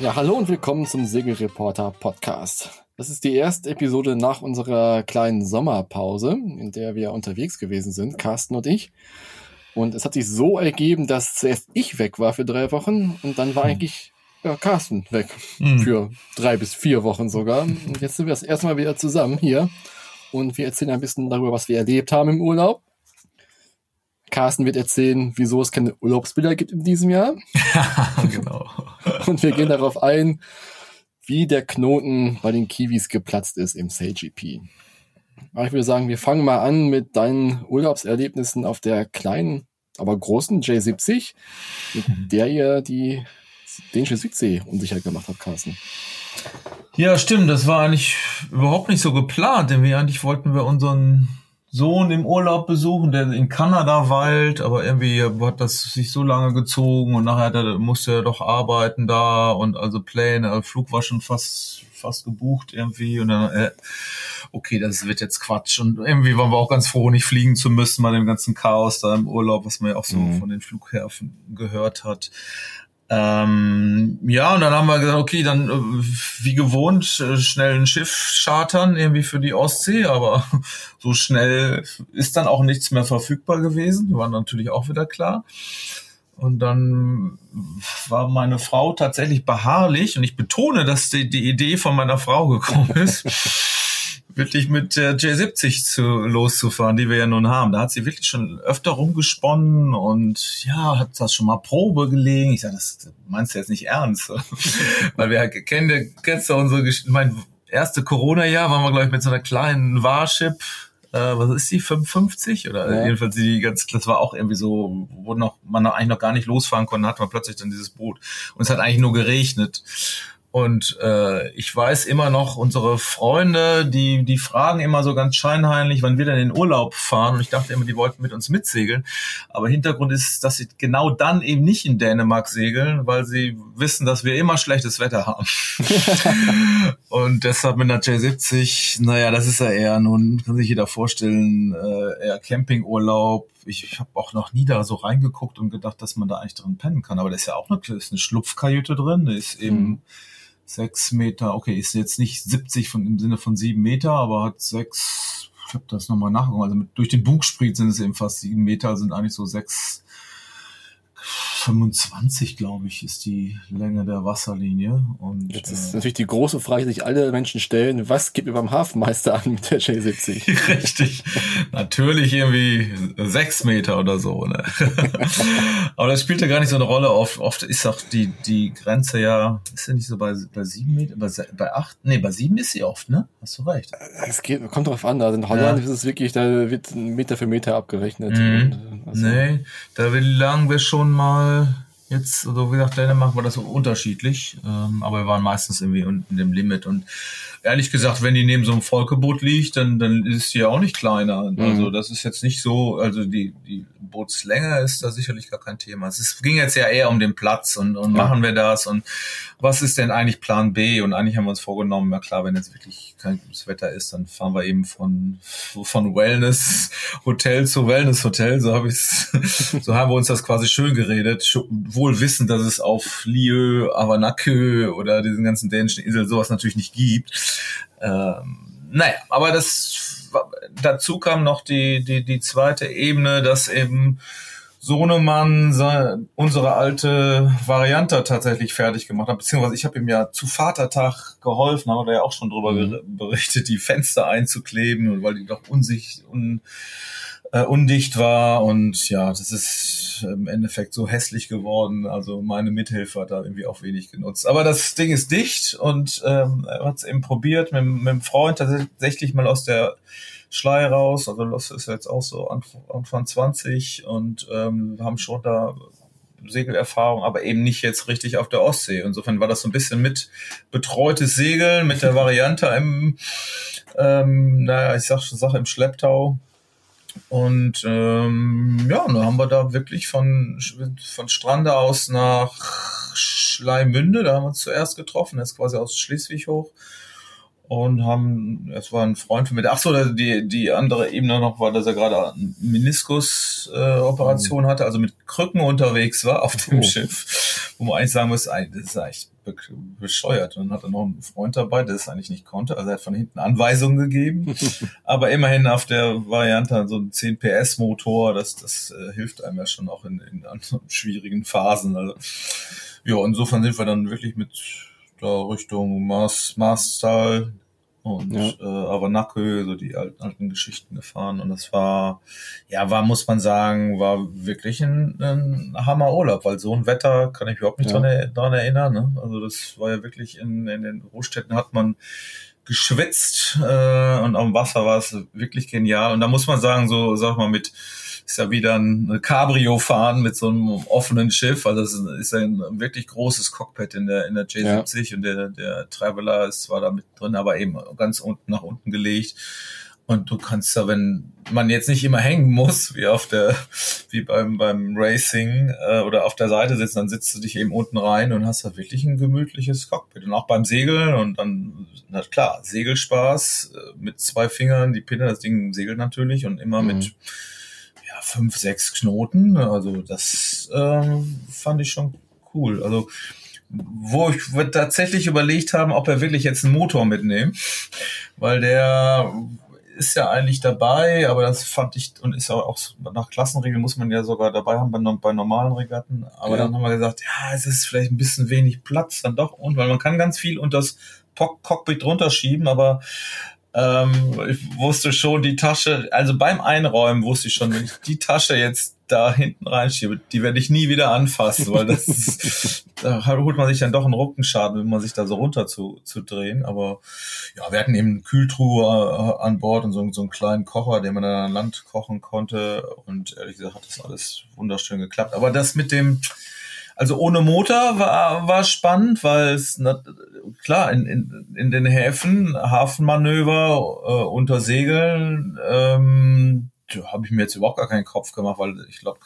Ja, hallo und willkommen zum Segelreporter Podcast. Das ist die erste Episode nach unserer kleinen Sommerpause, in der wir unterwegs gewesen sind, Carsten und ich. Und es hat sich so ergeben, dass zuerst ich weg war für 3 Wochen und dann war eigentlich Carsten weg für 3 bis 4 Wochen sogar. Und jetzt sind wir das erste Mal wieder zusammen hier und wir erzählen ein bisschen darüber, was wir erlebt haben im Urlaub. Carsten wird erzählen, wieso es keine Urlaubsbilder gibt in diesem Jahr. Genau. Und wir gehen darauf ein, wie der Knoten bei den Kiwis geplatzt ist im SailGP. Aber ich würde sagen, wir fangen mal an mit deinen Urlaubserlebnissen auf der kleinen, aber großen J70, mit der ihr die dänische Südsee unsicher gemacht habt, Carsten. Ja, stimmt. Das war eigentlich überhaupt nicht so geplant, denn eigentlich wollten wir unseren Sohn im Urlaub besuchen, der in Kanada weilt, aber irgendwie hat das sich so lange gezogen und nachher musste er doch arbeiten da und also Pläne, der Flug war schon fast gebucht irgendwie und dann, okay, das wird jetzt Quatsch und irgendwie waren wir auch ganz froh, nicht fliegen zu müssen bei dem ganzen Chaos da im Urlaub, was man ja auch so von den Flughäfen gehört hat. Ja, und dann haben wir gesagt, okay, dann wie gewohnt schnell ein Schiff chartern irgendwie für die Ostsee, aber so schnell ist dann auch nichts mehr verfügbar gewesen, war natürlich auch wieder klar. Und dann war meine Frau tatsächlich beharrlich und ich betone, dass die Idee von meiner Frau gekommen ist, wirklich mit der J70 loszufahren, die wir ja nun haben. Da hat sie wirklich schon öfter rumgesponnen und ja, hat das schon mal Probe gelegen. Ich sage, das meinst du jetzt nicht ernst? Weil wir halt kennst du unsere Geschichte. Mein erste Corona-Jahr waren wir, glaube ich, mit so einer kleinen Warship, was ist die, 55? Oder ja. Jedenfalls das war auch irgendwie so, wo man eigentlich noch gar nicht losfahren konnte, hat man plötzlich dann dieses Boot. Und es hat eigentlich nur geregnet. Und ich weiß immer noch, unsere Freunde, die fragen immer so ganz scheinheilig, wann wir denn in den Urlaub fahren. Und ich dachte immer, die wollten mit uns mitsegeln. Aber Hintergrund ist, dass sie genau dann eben nicht in Dänemark segeln, weil sie wissen, dass wir immer schlechtes Wetter haben. Und deshalb mit einer J70, naja, das ist ja eher nun, kann sich jeder vorstellen, eher Campingurlaub. Ich habe auch noch nie da so reingeguckt und gedacht, dass man da eigentlich drin pennen kann. Aber da ist ja auch ist eine Schlupfkajüte drin, da ist eben 6 Meter, okay, ist jetzt nicht 70 im Sinne von 7 Meter, aber hat 6, ich habe das nochmal nachgeguckt, also durch den Bugspriet sind es eben fast 7 Meter, sind eigentlich so 6,25, glaube ich, ist die Länge der Wasserlinie. Und jetzt ist natürlich die große Frage, die sich alle Menschen stellen, was geht mir beim Hafenmeister an mit der J70? Richtig, natürlich irgendwie 6 Meter oder so. Ne? Aber das spielt ja gar nicht so eine Rolle. Oft ist auch die Grenze ja, ist ja nicht so bei 7 Meter, bei 8, nee, bei 7 ist sie oft, ne? Hast du recht. Es kommt drauf an, also in Holland ist es wirklich, da wird Meter für Meter abgerechnet. Nee, da lagen wir schon mal jetzt, also wie gesagt, Dänemark war das so unterschiedlich, aber wir waren meistens irgendwie unten dem Limit und ehrlich gesagt, wenn die neben so einem Volkeboot liegt, dann ist die ja auch nicht kleiner. Also das ist jetzt nicht so, also die Bootslänge ist da sicherlich gar kein Thema. Es ging jetzt ja eher um den Platz und machen wir das und was ist denn eigentlich Plan B? Und eigentlich haben wir uns vorgenommen, ja klar, wenn jetzt wirklich kein gutes Wetter ist, dann fahren wir eben von Wellness-Hotel zu Wellness-Hotel, so haben wir uns das quasi schön geredet, wohl wissend, dass es auf Liö, Avanakö oder diesen ganzen dänischen Inseln sowas natürlich nicht gibt. Naja, aber dazu kam noch die zweite Ebene, dass eben Sohnemann unsere alte Variante tatsächlich fertig gemacht hat, beziehungsweise ich habe ihm ja zu Vatertag geholfen, haben wir ja auch schon drüber berichtet, die Fenster einzukleben, weil die doch undicht war und ja, das ist im Endeffekt so hässlich geworden, also meine Mithilfe hat da irgendwie auch wenig genutzt. Aber das Ding ist dicht und er hat es eben probiert mit dem Freund tatsächlich mal aus der Schlei raus, also das ist jetzt auch so Anfang 20 und haben schon da Segelerfahrung, aber eben nicht jetzt richtig auf der Ostsee. Insofern war das so ein bisschen mit betreutes Segeln, mit der Variante im im Schlepptau. Und dann haben wir da wirklich von Strande aus nach Schleimünde, da haben wir uns zuerst getroffen, das ist quasi aus Schleswig hoch. Und es war ein Freund von mir, die andere Ebene noch war, dass er gerade eine Meniskus-Operation hatte, also mit Krücken unterwegs war auf dem Schiff, wo man eigentlich sagen muss, das ist eigentlich bescheuert. Und dann hat er noch einen Freund dabei, der es eigentlich nicht konnte. Also er hat von hinten Anweisungen gegeben. Aber immerhin auf der Variante so ein 10 PS Motor, das hilft einem ja schon auch in schwierigen Phasen. Also, ja, insofern sind wir dann wirklich mit da Richtung Marstal und Avanakö, so die alten Geschichten gefahren. Und das war, muss man sagen, war wirklich ein Hammerurlaub, weil so ein Wetter kann ich mich überhaupt nicht dran erinnern. Ne? Also das war ja wirklich in den Ruhestätten hat man geschwitzt und am Wasser war es wirklich genial. Und da muss man sagen, so sag mal ist ja wieder ein Cabrio fahren mit so einem offenen Schiff. Also das ist ein wirklich großes Cockpit in der J70 und der Traveler ist zwar da mit drin, aber eben ganz unten nach unten gelegt. Und du kannst da, wenn man jetzt nicht immer hängen muss, wie beim Racing oder auf der Seite sitzen, dann sitzt du dich eben unten rein und hast da wirklich ein gemütliches Cockpit. Und auch beim Segeln und dann, na klar, Segelspaß mit 2 Fingern, die Pinne, das Ding segelt natürlich und immer mit 5, 6 Knoten. Also das fand ich schon cool. Also wo ich tatsächlich überlegt haben, ob wir wirklich jetzt einen Motor mitnehmen, weil der ist ja eigentlich dabei, aber das fand ich, und ist auch nach Klassenregeln muss man ja sogar dabei haben bei normalen Regatten, aber dann haben wir gesagt, es ist vielleicht ein bisschen wenig Platz dann doch, und weil man kann ganz viel unter das Cockpit runterschieben, aber ich wusste schon, die Tasche, also beim Einräumen wusste ich schon, wenn ich die Tasche jetzt da hinten reinschiebe, die werde ich nie wieder anfassen, weil da holt man sich dann doch einen Rückenschaden, wenn man sich da so runter zu drehen. Aber ja, wir hatten eben eine Kühltruhe an Bord und so einen kleinen Kocher, den man dann an Land kochen konnte. Und ehrlich gesagt hat das alles wunderschön geklappt. Aber das mit also ohne Motor war spannend, weil es klar in den Häfen, Hafenmanöver unter Segeln, da habe ich mir jetzt überhaupt gar keinen Kopf gemacht, weil ich glaube,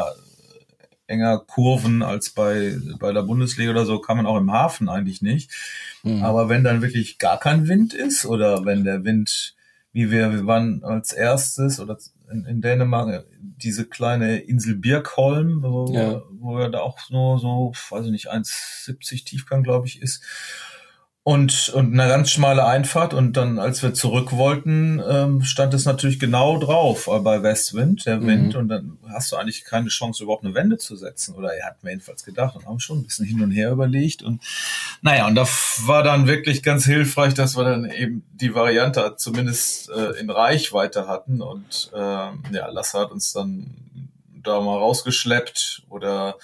enger Kurven als bei der Bundesliga oder so kann man auch im Hafen eigentlich nicht. Aber wenn dann wirklich gar kein Wind ist oder wenn der Wind, wie wir waren als erstes oder in Dänemark diese kleine Insel Birkholm, wo ja da auch nur so, weiß ich nicht, 1,70 Tiefgang, glaube ich, ist. Und eine ganz schmale Einfahrt. Und dann, als wir zurück wollten, stand es natürlich genau drauf bei Westwind, der Wind. Und dann hast du eigentlich keine Chance, überhaupt eine Wende zu setzen. Oder er hat mir jedenfalls gedacht und haben schon ein bisschen hin und her überlegt. Und naja, und da war dann wirklich ganz hilfreich, dass wir dann eben die Variante zumindest in Reichweite hatten. Und Lasse hat uns dann da mal rausgeschleppt. Oder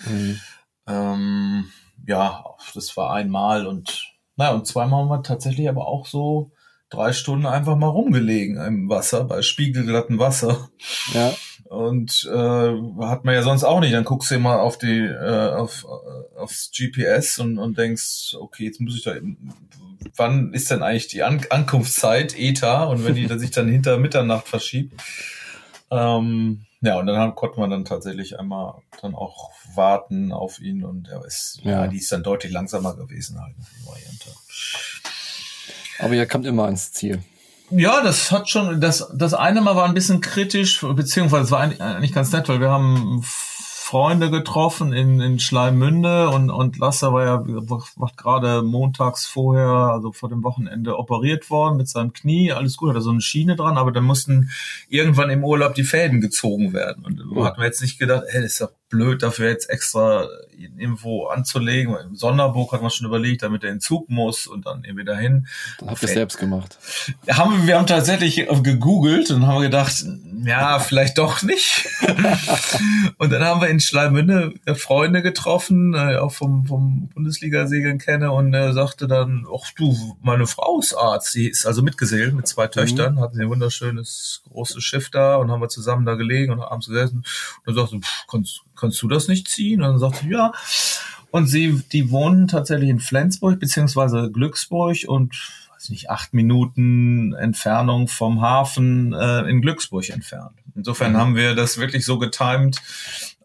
das war einmal und zweimal haben wir tatsächlich aber auch so 3 Stunden einfach mal rumgelegen im Wasser, bei spiegelglattem Wasser. Ja. Und hat man ja sonst auch nicht. Dann guckst du immer auf aufs GPS und denkst, okay, jetzt muss ich da eben, wann ist denn eigentlich die Ankunftszeit, ETA? Und wenn die sich dann hinter Mitternacht verschiebt. Und dann konnte man dann tatsächlich einmal dann auch warten auf ihn und die ist dann deutlich langsamer gewesen halt, die Variante. Aber ihr kommt immer ans Ziel. Ja, das hat schon, das eine Mal war ein bisschen kritisch, beziehungsweise es war eigentlich ganz nett, weil wir haben Freunde getroffen in Schleimünde und Lasse war gerade montags vorher, also vor dem Wochenende operiert worden mit seinem Knie, alles gut, hat er so eine Schiene dran, aber dann mussten irgendwann im Urlaub die Fäden gezogen werden und hatten wir jetzt nicht gedacht, das ist doch blöd, dafür jetzt extra irgendwo anzulegen. Im Sonderburg hat man schon überlegt, damit er in den Zug muss und dann irgendwie dahin. Dann habt ihr es selbst gemacht. Wir haben tatsächlich gegoogelt und haben gedacht, ja, vielleicht doch nicht. Und dann haben wir in Schleimünde Freunde getroffen, auch vom Bundesliga-Segeln kenne, und er sagte dann, ach du, meine Frau ist Arzt, die ist also mitgesegelt mit 2 Töchtern, hatten ein wunderschönes großes Schiff da und haben wir zusammen da gelegen und abends gesessen und er sagte, kannst du das nicht ziehen? Und dann sagte sie, ja. Und die wohnen tatsächlich in Flensburg beziehungsweise Glücksburg und 8 Minuten Entfernung vom Hafen in Glücksburg entfernt. Insofern haben wir das wirklich so getimt,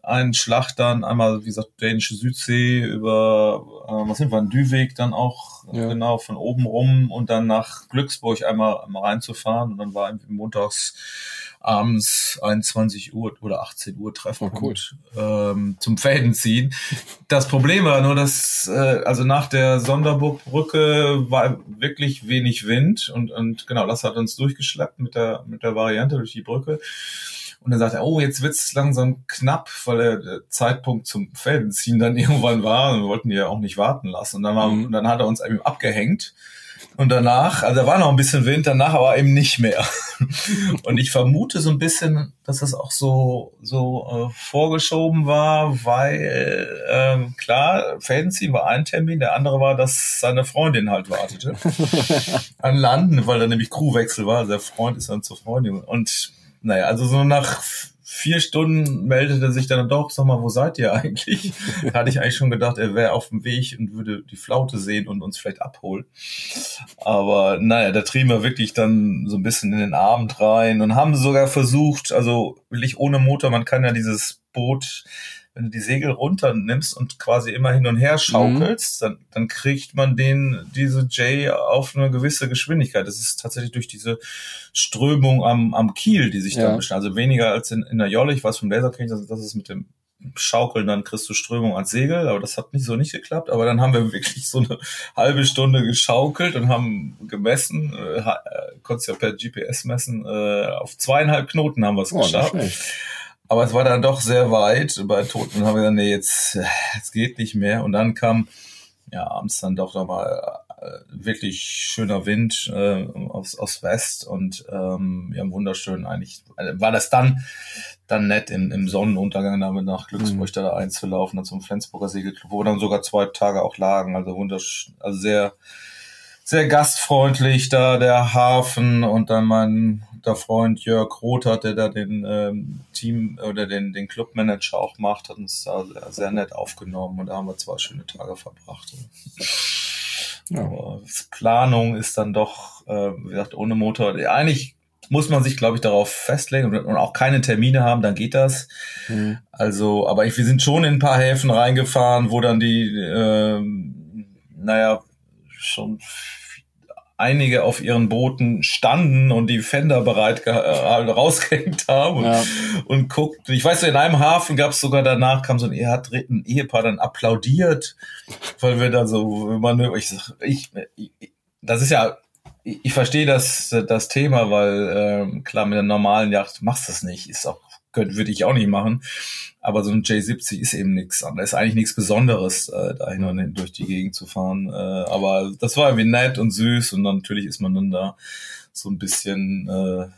einen Schlag dann einmal, wie gesagt, dänische Südsee über, was sind wir, in Düvik dann auch, genau, von oben rum und dann nach Glücksburg einmal reinzufahren und dann war irgendwie montags abends 21 Uhr oder 18 Uhr Treffpunkt zum Fädenziehen. Das Problem war nur, dass also nach der Sonderburgbrücke war wirklich wenig Wind und genau, das hat uns durchgeschleppt mit der Variante durch die Brücke. Und dann sagt er, oh, jetzt wird's langsam knapp, weil der Zeitpunkt zum Fädenziehen dann irgendwann war. Und wir wollten die ja auch nicht warten lassen. Und dann hat er uns eben abgehängt. Und danach, also da war noch ein bisschen Wind, danach aber eben nicht mehr. Und ich vermute so ein bisschen, dass das auch so vorgeschoben war, weil klar, Fädenziehen war ein Termin, der andere war, dass seine Freundin halt wartete an Landen, weil da nämlich Crewwechsel war. Also der Freund ist dann zur Freundin. Und naja, also so nach 4 Stunden meldete sich dann doch, sag mal, wo seid ihr eigentlich? Da hatte ich eigentlich schon gedacht, er wäre auf dem Weg und würde die Flaute sehen und uns vielleicht abholen. Aber naja, da trieben wir wirklich dann so ein bisschen in den Abend rein und haben sogar versucht, also wirklich ohne Motor, man kann ja dieses Boot, wenn du die Segel runternimmst und quasi immer hin und her schaukelst, dann kriegt man diese J auf eine gewisse Geschwindigkeit. Das ist tatsächlich durch diese Strömung am Kiel, die sich dann beschneidet. Also weniger als in der Jolle. Ich weiß vom Laserkönig, das ist mit dem Schaukeln, dann kriegst du Strömung ans Segel, aber das hat nicht geklappt. Aber dann haben wir wirklich so eine halbe Stunde geschaukelt und haben gemessen, konntest ja per GPS messen, auf 2,5 Knoten haben wir es geschafft. Aber es war dann doch sehr weit bei Toten. Dann haben wir gesagt, nee, jetzt geht nicht mehr. Und dann kam abends dann doch nochmal wirklich schöner Wind aus West und wir haben wunderschön eigentlich, war das dann nett im Sonnenuntergang damit nach Glücksburg da einzulaufen, dann zum Flensburger Segelclub, wo wir dann sogar 2 Tage auch lagen. Also wunderschön, also sehr, sehr gastfreundlich da der Hafen und dann der Freund Jörg Roth hat, der da den Team oder den Clubmanager auch macht, hat uns da sehr, sehr nett aufgenommen und da haben wir 2 schöne Tage verbracht. Ja. Aber Planung ist dann doch, wie gesagt, ohne Motor. Eigentlich muss man sich, glaube ich, darauf festlegen und auch keine Termine haben, dann geht das. Also, aber wir sind schon in ein paar Häfen reingefahren, wo dann die, schon einige auf ihren Booten standen und die Fender bereit rausgehängt haben und guckten. Ich weiß, in einem Hafen gab es sogar danach, kam so ein Ehepaar dann applaudiert, weil wir da so Manöver. Das ist ja, ich verstehe das Thema, weil klar, mit der normalen Yacht machst du das nicht, würde ich auch nicht machen. Aber so ein J70 ist eben nichts anderes. Ist eigentlich nichts Besonderes, da hin und hin durch die Gegend zu fahren. Aber das war irgendwie nett und süß und dann, natürlich ist man dann da so ein bisschen,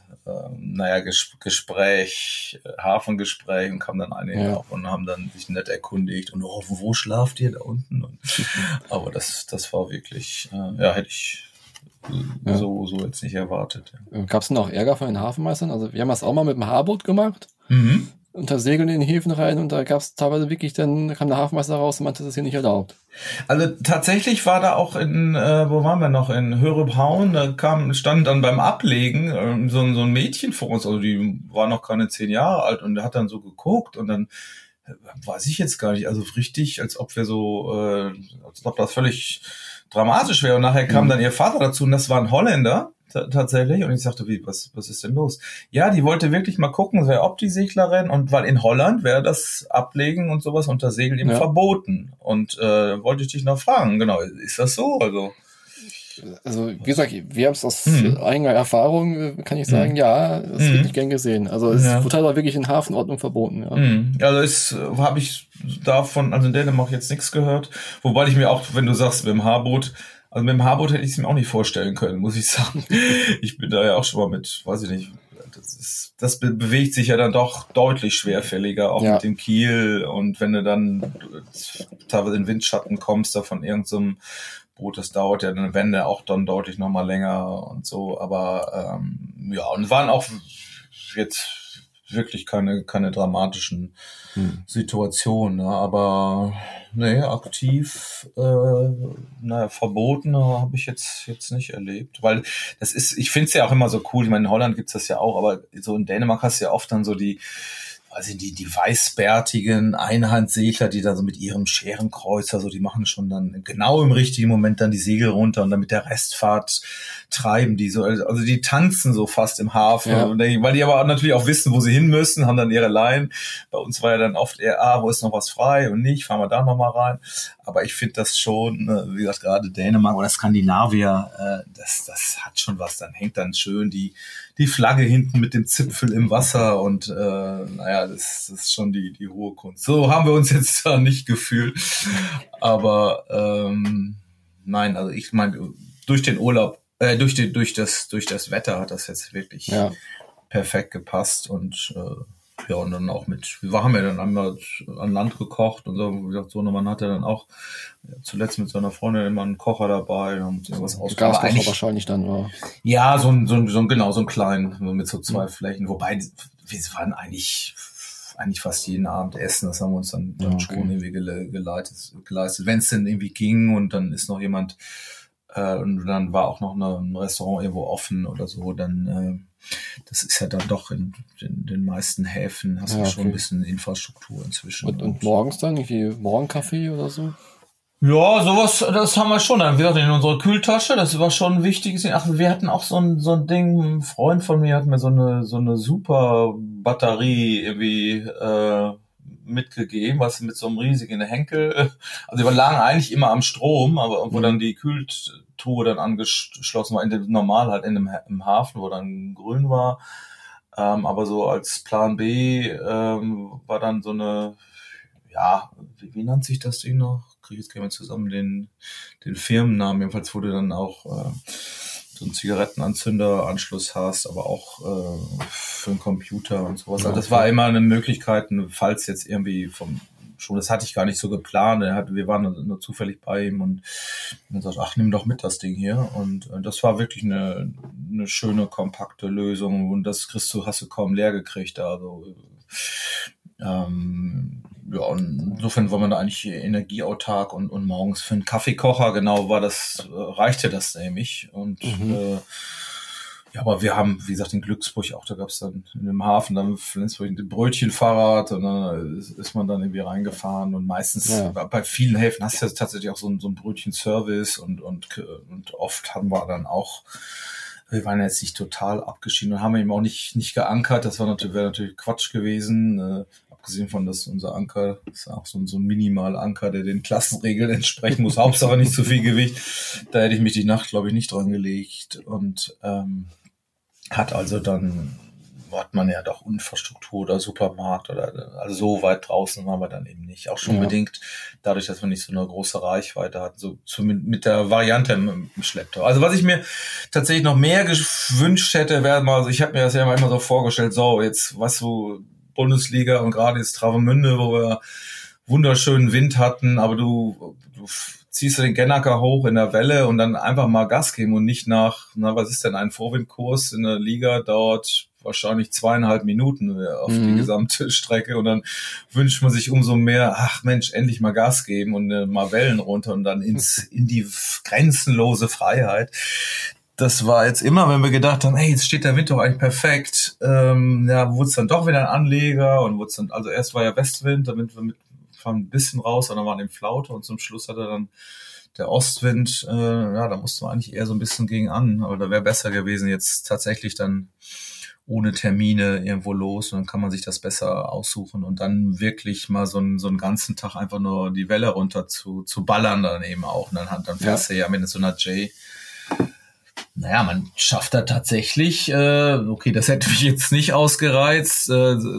Gespräch, Hafengespräch und kam dann einige auch und haben dann sich nett erkundigt und wo schlaft ihr da unten? Aber das war wirklich, hätte ich so jetzt nicht erwartet. Gab es denn auch Ärger von den Hafenmeistern? Also wir haben das auch mal mit dem Haarboot gemacht. Unter Segeln in den Häfen rein und da gab es teilweise wirklich, dann kam der Hafenmeister raus und meinte, das ist hier nicht erlaubt. Also tatsächlich war da auch wo waren wir noch? In Hörephauen, stand dann beim Ablegen so ein Mädchen vor uns, also die war noch keine 10 Jahre alt und der hat dann so geguckt und dann weiß ich jetzt gar nicht, also richtig, als ob wir so, als ob das völlig dramatisch wäre und nachher kam dann ihr Vater dazu und das war ein Holländer. Tatsächlich. Und ich sagte, was ist denn los? Ja, die wollte wirklich mal gucken, wer ob die Seglerin und weil in Holland wäre das Ablegen und sowas unter Segeln eben verboten. Und wollte ich dich noch fragen, genau, ist das so? Also wie gesagt, wir haben es aus eigener Erfahrung, kann ich sagen, es wird nicht gern gesehen. Also es ist total wirklich in Hafenordnung verboten. Ja. Also habe ich davon, also in Dänemark jetzt nichts gehört. Wobei ich mir auch, wenn du sagst, mit dem Haarboot hätte ich es mir auch nicht vorstellen können, muss ich sagen. Ich bin da ja auch schon mal mit, weiß ich nicht, das bewegt sich ja dann doch deutlich schwerfälliger, auch mit dem Kiel. Und wenn du dann teilweise in Windschatten kommst, da von irgendeinem Boot, das dauert ja dann Wände auch dann deutlich nochmal länger und so. Aber und waren auch jetzt wirklich keine dramatischen Situationen, ne? Aber aktiv verboten habe ich jetzt nicht erlebt, weil das ist, ich finde es ja auch immer so cool, ich meine, in Holland gibt's das ja auch, aber so in Dänemark hast du ja oft dann so die weiß ich, die weißbärtigen Einhandsegler, die da so mit ihrem Scherenkreuzer, so, die machen schon dann genau im richtigen Moment dann die Segel runter und dann mit der Restfahrt treiben die so, also die tanzen so fast im Hafen, weil die aber natürlich auch wissen, wo sie hin müssen, haben dann ihre Leinen. Bei uns war ja dann oft eher, wo ist noch was frei und nicht, fahren wir da nochmal rein. Aber ich finde das schon, wie gesagt, gerade Dänemark oder Skandinavier, das hat schon was. Dann hängt dann schön die Flagge hinten mit dem Zipfel im Wasser und das ist schon die hohe Kunst. So haben wir uns jetzt da nicht gefühlt. Aber nein, also ich meine, durch den Urlaub, durch das Wetter hat das jetzt wirklich perfekt gepasst und und dann auch wir haben ja dann einmal an Land gekocht und so, wie gesagt, Sohnemann hatte dann auch zuletzt mit seiner Freundin immer einen Kocher dabei, haben uns irgendwas ausgekocht. Gaskocher wahrscheinlich dann, oder? Ja, so einen kleinen, mit so 2 Flächen, wobei wir waren eigentlich fast jeden Abend essen, das haben wir uns dann schon irgendwie geleistet, wenn es denn irgendwie ging und dann ist noch jemand und dann war auch noch ein Restaurant irgendwo offen oder so, dann das ist ja dann doch in den meisten Häfen hast du schon ein bisschen Infrastruktur inzwischen. Und morgens dann irgendwie Morgenkaffee oder so? Ja, sowas, das haben wir schon. Dann wieder in unserer Kühltasche, das war schon ein wichtiges Ding. Ach, wir hatten auch so ein Ding, ein Freund von mir hat mir so eine super Batterie irgendwie mitgegeben, was mit so einem riesigen Henkel, also wir lagen eigentlich immer am Strom, aber wo dann die Kühltruhe dann angeschlossen war, normal halt im Hafen, wo dann grün war, aber so als Plan B war dann so eine, wie nennt sich das Ding noch? Kriege ich jetzt gerne zusammen den Firmennamen, jedenfalls wurde dann auch so einen Zigarettenanzünderanschluss hast, aber auch für einen Computer und sowas. Also das war immer eine Möglichkeit, falls jetzt irgendwie das hatte ich gar nicht so geplant. Wir waren nur zufällig bei ihm und dann sagt, ach, nimm doch mit das Ding hier. Und das war wirklich eine schöne, kompakte Lösung und das hast du kaum leer gekriegt. Also und insofern war man da eigentlich energieautark und morgens für einen Kaffeekocher, reichte das nämlich. Und aber wir haben, wie gesagt, in Glücksburg auch, da gab es dann in dem Hafen, dann Flensburg ein Brötchenfahrrad und dann ist man dann irgendwie reingefahren und meistens bei vielen Häfen hast du ja tatsächlich auch so ein Brötchenservice und oft haben wir dann auch, wir waren jetzt nicht total abgeschieden und haben eben auch nicht geankert, das wäre natürlich Quatsch gewesen, abgesehen von, dass unser Anker ist auch so ein Minimal-Anker, der den Klassenregeln entsprechen muss, Hauptsache nicht zu viel Gewicht, da hätte ich mich die Nacht, glaube ich, nicht dran gelegt und hat man ja doch Infrastruktur oder Supermarkt also so weit draußen waren wir dann eben nicht. Auch schon bedingt dadurch, dass wir nicht so eine große Reichweite hatten, so mit der Variante im Schlepptau. Also was ich mir tatsächlich noch mehr gewünscht hätte, wäre mal, also ich habe mir das ja immer so vorgestellt, so jetzt was so Bundesliga und gerade jetzt Travemünde, wo wir wunderschönen Wind hatten, aber du ziehst du den Gennaker hoch in der Welle und dann einfach mal Gas geben und nicht was ist denn ein Vorwindkurs in der Liga, dauert wahrscheinlich 2,5 Minuten auf die gesamte Strecke und dann wünscht man sich umso mehr, ach Mensch, endlich mal Gas geben und mal Wellen runter und dann in die grenzenlose Freiheit. Das war jetzt immer, wenn wir gedacht haben, hey, jetzt steht der Wind doch eigentlich perfekt, wurde es dann doch wieder ein Anleger und also erst war ja Westwind, damit wir fahren ein bisschen raus, und dann waren eben Flaute und zum Schluss hatte dann der Ostwind, da musste man eigentlich eher so ein bisschen gegen an, aber da wäre besser gewesen, jetzt tatsächlich dann ohne Termine irgendwo los und dann kann man sich das besser aussuchen und dann wirklich mal so einen ganzen Tag einfach nur die Welle runter zu ballern dann eben auch. Und dann fährst du ja mit so einer J. Naja, man schafft da tatsächlich, okay, das hätte mich jetzt nicht ausgereizt,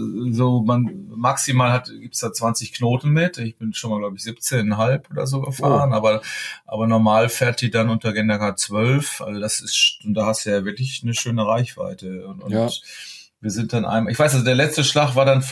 maximal gibt's da 20 Knoten mit, ich bin schon mal, glaube ich, 17,5 oder so gefahren, aber normal fährt die dann unter Gennaker 12, also da hast du ja wirklich eine schöne Reichweite und wir sind dann ich weiß, also der letzte Schlag war dann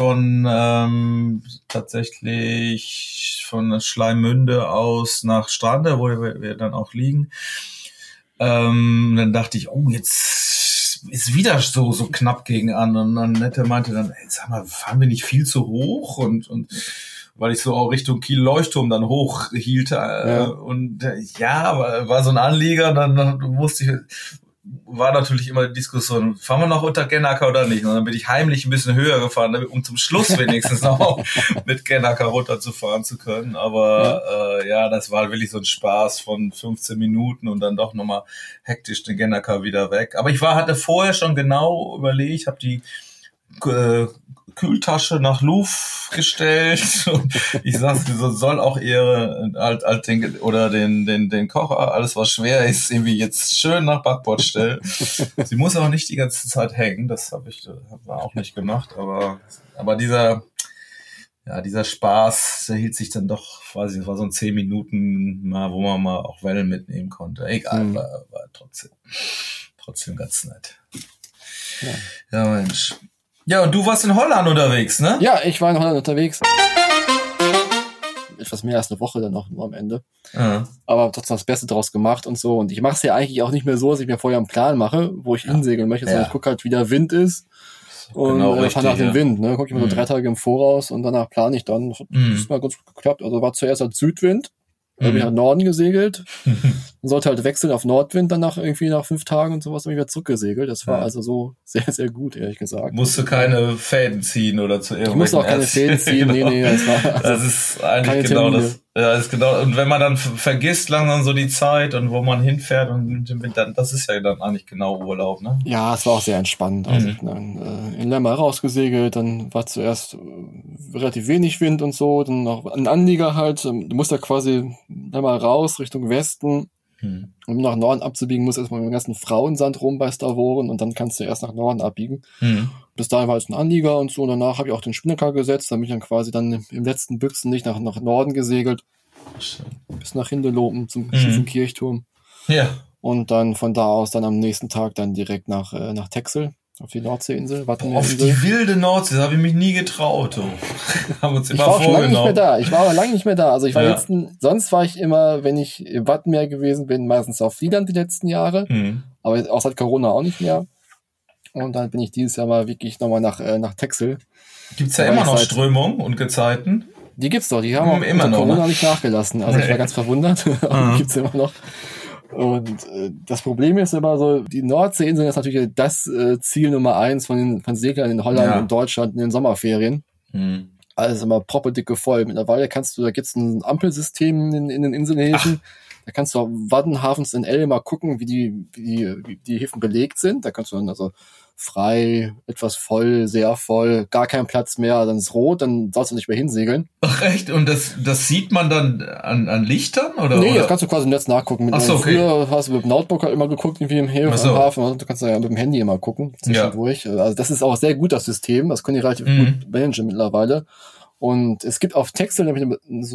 tatsächlich von Schleimmünde aus nach Strande, wo wir dann auch liegen. Dann dachte ich, jetzt ist wieder so knapp gegen an und dann meinte dann, ey, sag mal, fahren wir nicht viel zu hoch und weil ich so auch Richtung Kiel Leuchtturm dann hoch hielt aber war so ein Anlieger, dann musste ich war natürlich immer die Diskussion, fahren wir noch unter Gennaker oder nicht? Und dann bin ich heimlich ein bisschen höher gefahren, um zum Schluss wenigstens noch mit Gennaker runterzufahren zu können. Aber das war wirklich so ein Spaß von 15 Minuten und dann doch nochmal hektisch den Gennaker wieder weg. Aber hatte vorher schon genau überlegt, habe die Kühltasche nach Louvre gestellt und ich sag, sie soll auch ihre den Kocher, alles was schwer ist, irgendwie jetzt schön nach Backbord stellen. Sie muss auch nicht die ganze Zeit hängen, das habe ich auch nicht gemacht, aber dieser Spaß, der hielt sich dann doch, weiß ich, das war so ein 10 Minuten mal, wo man mal auch Wellen mitnehmen konnte. Egal, war trotzdem ganz nett. Ja, Mensch. Ja, und du warst in Holland unterwegs, ne? Ja, ich war in Holland unterwegs. Etwas mehr als eine Woche dann noch nur am Ende. Mhm. Aber trotzdem das Beste draus gemacht und so. Und ich mache es ja eigentlich auch nicht mehr so, dass ich mir vorher einen Plan mache, wo ich hinsegeln möchte, sondern ich gucke halt, wie der Wind ist. Und fahre nach dem Wind, ne? Gucke ich mir so 3 Tage im Voraus und danach plane ich dann. Das ist mal ganz gut geklappt. Also war zuerst halt Südwind. Dann bin ich nach Norden gesegelt und sollte halt wechseln auf Nordwind dann nach 5 Tagen und sowas, bin ich wieder zurückgesegelt. Das war also so sehr, sehr gut, ehrlich gesagt. Musst du keine Fäden ziehen oder zu irgendwelchen... Ich musste auch keine Fäden ziehen, nee, das war... Das ist eigentlich genau das. Ja, ist genau. Und wenn man dann vergisst langsam so die Zeit und wo man hinfährt und dann, das ist ja dann eigentlich genau Urlaub, ne? Ja, es war auch sehr entspannt. Also ich bin dann in Lemmer rausgesegelt, dann war zuerst relativ wenig Wind und so, dann noch ein Anlieger halt. Du musst ja quasi Lemmer raus Richtung Westen. Um nach Norden abzubiegen, musst du erstmal mit dem ganzen Frauensand rum bei Stavoren und dann kannst du erst nach Norden abbiegen. Bis dahin war es ein Anlieger und so. Und danach habe ich auch den Spinnaker gesetzt, dann bin ich dann quasi dann im letzten Büchsen nicht nach Norden gesegelt. Bis nach Hindelopen zum schiefen Kirchturm. Ja. Und dann von da aus dann am nächsten Tag dann direkt nach Texel. Auf die Nordseeinsel, Auf die wilde Nordsee, das habe ich mich nie getraut. Haben uns immer ich war auch schon lange nicht mehr da. Ich war aber lange nicht mehr da. Also ich war sonst war ich immer, wenn ich im Wattenmeer gewesen bin, meistens auf Vlieland die letzten Jahre. Aber auch seit Corona auch nicht mehr. Und dann bin ich dieses Jahr mal wirklich nochmal nach Texel. Gibt's ja immer noch Strömungen und Gezeiten? Die gibt's doch, die haben auch immer noch, Corona nicht nachgelassen. Also ich war ganz verwundert. Die gibt's immer noch. Und das Problem ist immer so, die Nordseeinsel ist natürlich das Ziel Nummer 1 von Seglern in Holland und Deutschland in den Sommerferien. Alles immer proppeldicke voll. Mittlerweile da gibt's ein Ampelsystem in den Inselhäfen. Da kannst du auf Waddenhafens in Elle mal gucken, wie die Häfen belegt sind. Da kannst du dann also frei, etwas voll, sehr voll, gar kein Platz mehr, dann ist rot, dann sollst du nicht mehr hinsegeln. Ach echt? Und das sieht man dann an Lichtern? Oder? Nee, oder? das kannst du quasi im Netz nachgucken. Ach so, okay. Früher hast du mit dem Notebook halt immer geguckt, wie im Hafen, und du kannst ja mit dem Handy immer gucken, zwischendurch. Also das ist auch sehr gut, das System, das können die relativ gut managen mittlerweile. Und es gibt auf Texel nämlich das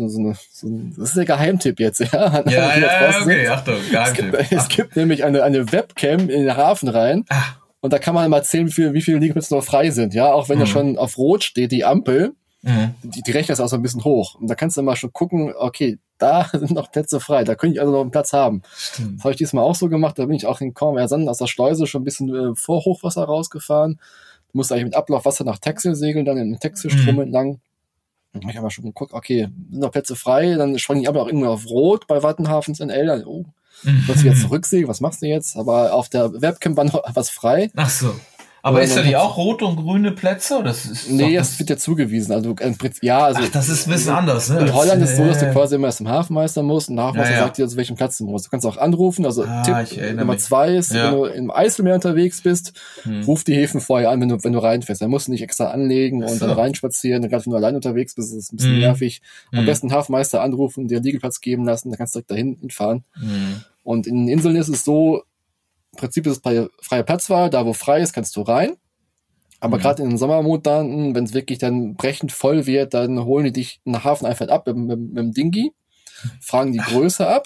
ist der Geheimtipp jetzt, ja. Okay, Achtung, Geheimtipp. Es gibt nämlich eine Webcam in den Hafen rein. Und da kann man mal zählen, wie viele Liegeplätze noch frei sind, ja. Auch wenn ja schon auf Rot steht, die Ampel, die rechnet das auch so ein bisschen hoch. Und da kannst du mal schon gucken, okay, da sind noch Plätze frei, da könnte ich also noch einen Platz haben. Stimmt. Das habe ich diesmal auch so gemacht, da bin ich auch in Cormersand aus der Schleuse schon ein bisschen vor Hochwasser rausgefahren. Du musst eigentlich mit Ablaufwasser nach Texel segeln, dann in den Texelstrom entlang. Ich habe mal schon geguckt, okay, sind noch Plätze frei, dann schwanke ich aber auch irgendwie auf Rot bei Wattenhafens in Elle. Oh, sollst du jetzt zurücksegeln, was machst du jetzt? Aber auf der Webcam war noch was frei. Ach so. Aber ist da die auch rote und grüne Plätze? Oder nee, das wird ja zugewiesen. Also, Ach, das ist ein bisschen anders, ne? In Holland ist es so, dass du quasi immer erst zum Hafenmeister musst und der Hafenmeister sagt dir, zu welchem Platz du musst. Du kannst auch anrufen. Also Tipp Nummer 2 ist, wenn du im Eiselmeer unterwegs bist, ruf die Häfen vorher an, wenn du reinfährst. Dann musst du nicht extra anlegen und dann reinspazieren. Gerade wenn du allein unterwegs bist, ist es ein bisschen nervig. Am besten den Hafenmeister anrufen, dir einen Liegeplatz geben lassen, dann kannst du direkt dahin fahren. Und in den Inseln ist es so, im Prinzip ist es bei freier Platzwahl, da wo frei ist, kannst du rein. Aber gerade in den Sommermonaten, wenn es wirklich dann brechend voll wird, dann holen die dich in den Hafen einfach ab mit dem Dinghy, fragen die Größe ab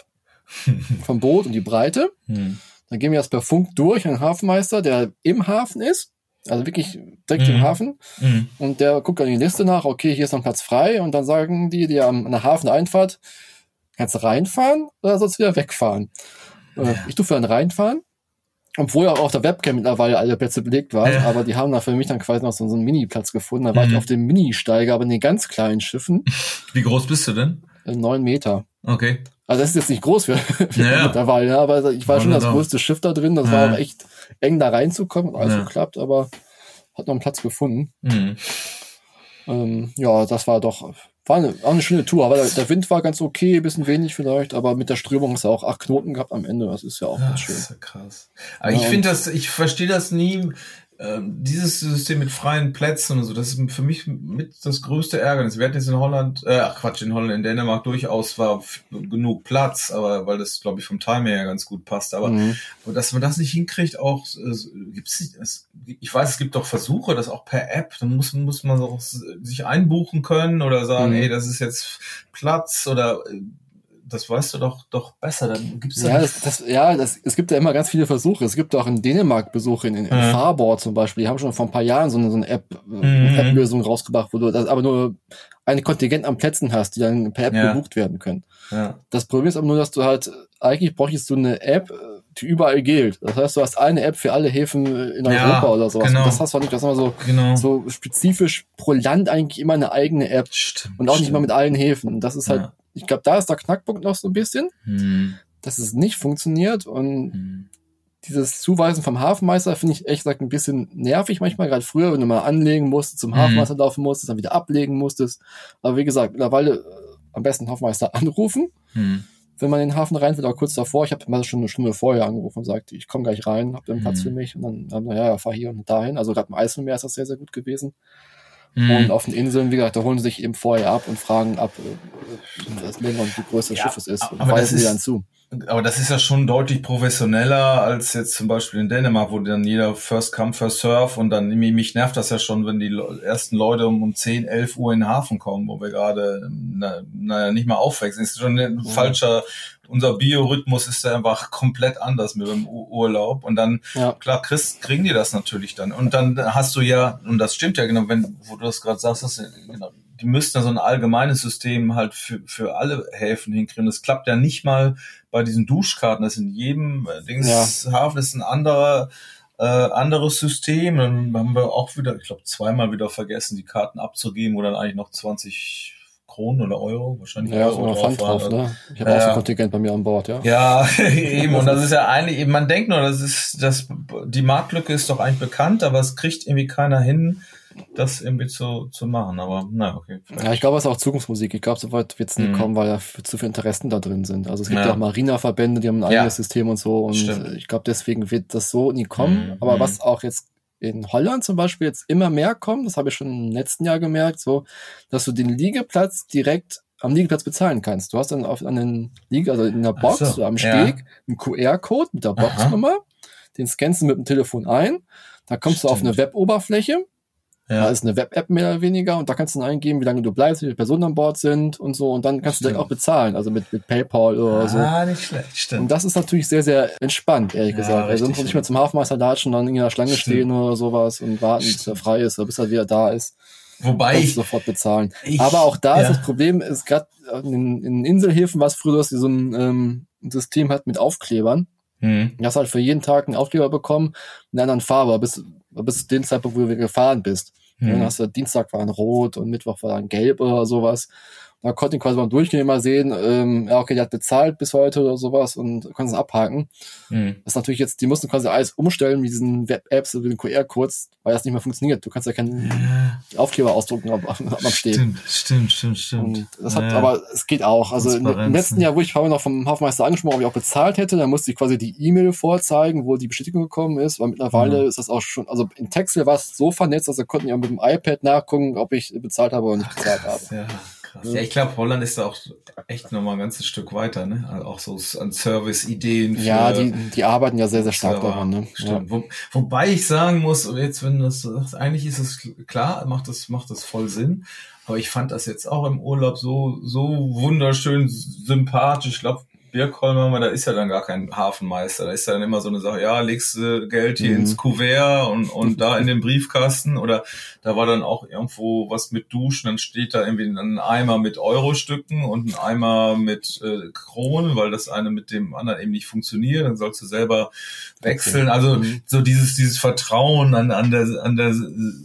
vom Boot und die Breite. Dann gehen wir das per Funk durch an den Hafenmeister, der im Hafen ist, also wirklich direkt im Hafen. Und der guckt dann die Liste nach, okay, hier ist noch ein Platz frei. Und dann sagen die an der Hafeneinfahrt, kannst du reinfahren oder sollst du wieder wegfahren? Ich durfte dann reinfahren. Obwohl auch auf der Webcam mittlerweile alle Plätze belegt waren, aber die haben da für mich dann quasi noch so einen Mini-Platz gefunden. Da war ich auf dem Mini-Steiger, aber in den ganz kleinen Schiffen. Wie groß bist du denn? 9 Meter. Okay. Also das ist jetzt nicht groß für Ja. mittlerweile, ja, aber ich war schon das größte Schiff da drin. Das war auch echt eng da reinzukommen, alles geklappt, aber hat noch einen Platz gefunden. Ja, das war auch eine schöne Tour, aber der Wind war ganz okay, ein bisschen wenig vielleicht, aber mit der Strömung hast du auch 8 Knoten gehabt am Ende, das ist ja auch ganz schön. Das ist ja krass. Aber ich verstehe das nie, dieses System mit freien Plätzen und so, das ist für mich mit das größte Ärgernis. Wir hatten jetzt in Dänemark durchaus war genug Platz, aber weil das, glaube ich, vom Time her ganz gut passt, aber dass man das nicht hinkriegt, auch gibt's nicht, ich weiß, es gibt doch Versuche, das auch per App, dann muss man auch sich einbuchen können oder sagen, ey, das ist jetzt Platz oder das weißt du doch besser. Dann gibt's es gibt ja immer ganz viele Versuche. Es gibt auch in Dänemark Besuche in Farboard zum Beispiel. Die haben schon vor ein paar Jahren so eine App-Lösung rausgebracht, wo du das aber nur ein Kontingent an Plätzen hast, die dann per App gebucht werden können. Ja. Das Problem ist aber nur, dass du halt, eigentlich bräuchtest du eine App, die überall gilt. Das heißt, du hast eine App für alle Häfen in Europa oder sowas. Genau. Und das hast du nicht, das ist immer so spezifisch pro Land eigentlich immer eine eigene App. Und auch nicht mal mit allen Häfen. Das ist halt, ich glaube, da ist der Knackpunkt noch so ein bisschen, dass es nicht funktioniert und dieses Zuweisen vom Hafenmeister finde ich echt gesagt ein bisschen nervig manchmal, gerade früher, wenn du mal anlegen musstest, zum Hafenmeister laufen musstest, dann wieder ablegen musstest. Aber wie gesagt, mittlerweile am besten Hafenmeister anrufen, wenn man in den Hafen rein will, aber kurz davor, ich habe mal schon eine Stunde vorher angerufen und sagte, ich komme gleich rein, habt ihr einen Platz für mich? Und dann, fahr hier und dahin. Also gerade im Eiselmeer ist das sehr, sehr gut gewesen. Und auf den Inseln, wie gesagt, da holen sie sich eben vorher ab und fragen ab, was länger und wie groß das Schiff ist und weisen sie dann zu. Aber das ist ja schon deutlich professioneller als jetzt zum Beispiel in Dänemark, wo dann jeder First Come, First Serve und dann, mich nervt das ja schon, wenn die ersten Leute um 10, 11 Uhr in den Hafen kommen, wo wir gerade, nicht mal aufwechseln. Das ist schon ein falscher, unser Biorhythmus ist da einfach komplett anders mit dem Urlaub und dann, klar, kriegen die das natürlich dann. Und dann hast du ja, und das stimmt ja genau, wo du das gerade sagst, die müssten ja so ein allgemeines System halt für alle Häfen hinkriegen. Das klappt ja nicht mal bei diesen Duschkarten. Das in jedem Hafen ist ein anderes System. Dann haben wir auch wieder, ich glaube, zweimal wieder vergessen, die Karten abzugeben, wo dann eigentlich noch 20 Kronen oder Euro, wahrscheinlich Euro Pfand drauf, ne? Ich habe auch so ein Kontingent bei mir an Bord, ja. Ja, eben. Und das ist ja eigentlich, man denkt nur, die Marktlücke ist doch eigentlich bekannt, aber es kriegt irgendwie keiner hin, das irgendwie zu machen, aber okay. Ja, ich glaube, es ist auch Zukunftsmusik. Ich glaube, so weit wird es nie kommen, weil da zu viele Interessen da drin sind. Also es gibt ja auch Marina-Verbände, die haben ein eigenes System und so und ich glaube, deswegen wird das so nie kommen. Aber was auch jetzt in Holland zum Beispiel jetzt immer mehr kommt, das habe ich schon im letzten Jahr gemerkt, so, dass du den Liegeplatz direkt am Liegeplatz bezahlen kannst. Du hast dann an den also in der Box oder am Steg einen QR-Code mit der Boxnummer, den scannst du mit dem Telefon ein, da kommst du auf eine Web-Oberfläche. Da ist eine Web-App mehr oder weniger und da kannst du dann eingeben, wie lange du bleibst, wie viele Personen an Bord sind und so und dann kannst du direkt auch bezahlen, also mit PayPal oder so. Nicht schlecht, stimmt. Und das ist natürlich sehr, sehr entspannt, ehrlich gesagt. Also musst du nicht mehr zum Hafenmeister latschen, dann in der Schlange stehen oder sowas und warten, bis er frei ist oder bis er wieder da ist. Wobei ich sofort bezahlen. Aber auch da ist das Problem, ist gerade in Inselhäfen war es früher, dass die so ein System hat mit Aufklebern. Du hast halt für jeden Tag einen Aufkleber bekommen, in einer anderen Farbe, bis zu dem Zeitpunkt, wo du gefahren bist. Dann hast du, Dienstag war ein Rot und Mittwoch war dann gelb oder sowas. Da konnte ich quasi beim Durchgehen immer sehen, der hat bezahlt bis heute oder sowas und konnten es abhaken. Das ist natürlich jetzt, die mussten quasi alles umstellen mit diesen Web-Apps, mit den QR-Codes, weil das nicht mehr funktioniert. Du kannst ja keinen Aufkleber ausdrucken am Stehen. Stimmt. Und das aber es geht auch. Also im letzten Jahr, wo ich noch vom Hafenmeister angesprochen, ob ich auch bezahlt hätte, dann musste ich quasi die E-Mail vorzeigen, wo die Bestätigung gekommen ist, weil mittlerweile ist das auch schon, also in Texel war es so vernetzt, dass wir konnten ja mit dem iPad nachgucken, ob ich bezahlt habe oder nicht bezahlt habe. Ja. Ja, ich glaube, Holland ist da auch echt nochmal ein ganzes Stück weiter, ne? Also auch so an Service-Ideen. Ja, die arbeiten ja sehr, sehr stark daran, ne? Stimmt. Ja. Wobei ich sagen muss, jetzt, wenn das eigentlich ist es klar, macht das voll Sinn. Aber ich fand das jetzt auch im Urlaub so wunderschön sympathisch. Ich glaube, Birkholm, da ist ja dann gar kein Hafenmeister. Da ist ja dann immer so eine Sache, legst du Geld hier ins Kuvert und da in den Briefkasten. Oder da war dann auch irgendwo was mit Duschen. Dann steht da irgendwie ein Eimer mit Euro-Stücken und ein Eimer mit Kronen, weil das eine mit dem anderen eben nicht funktioniert. Dann sollst du selber wechseln. Also so dieses Vertrauen an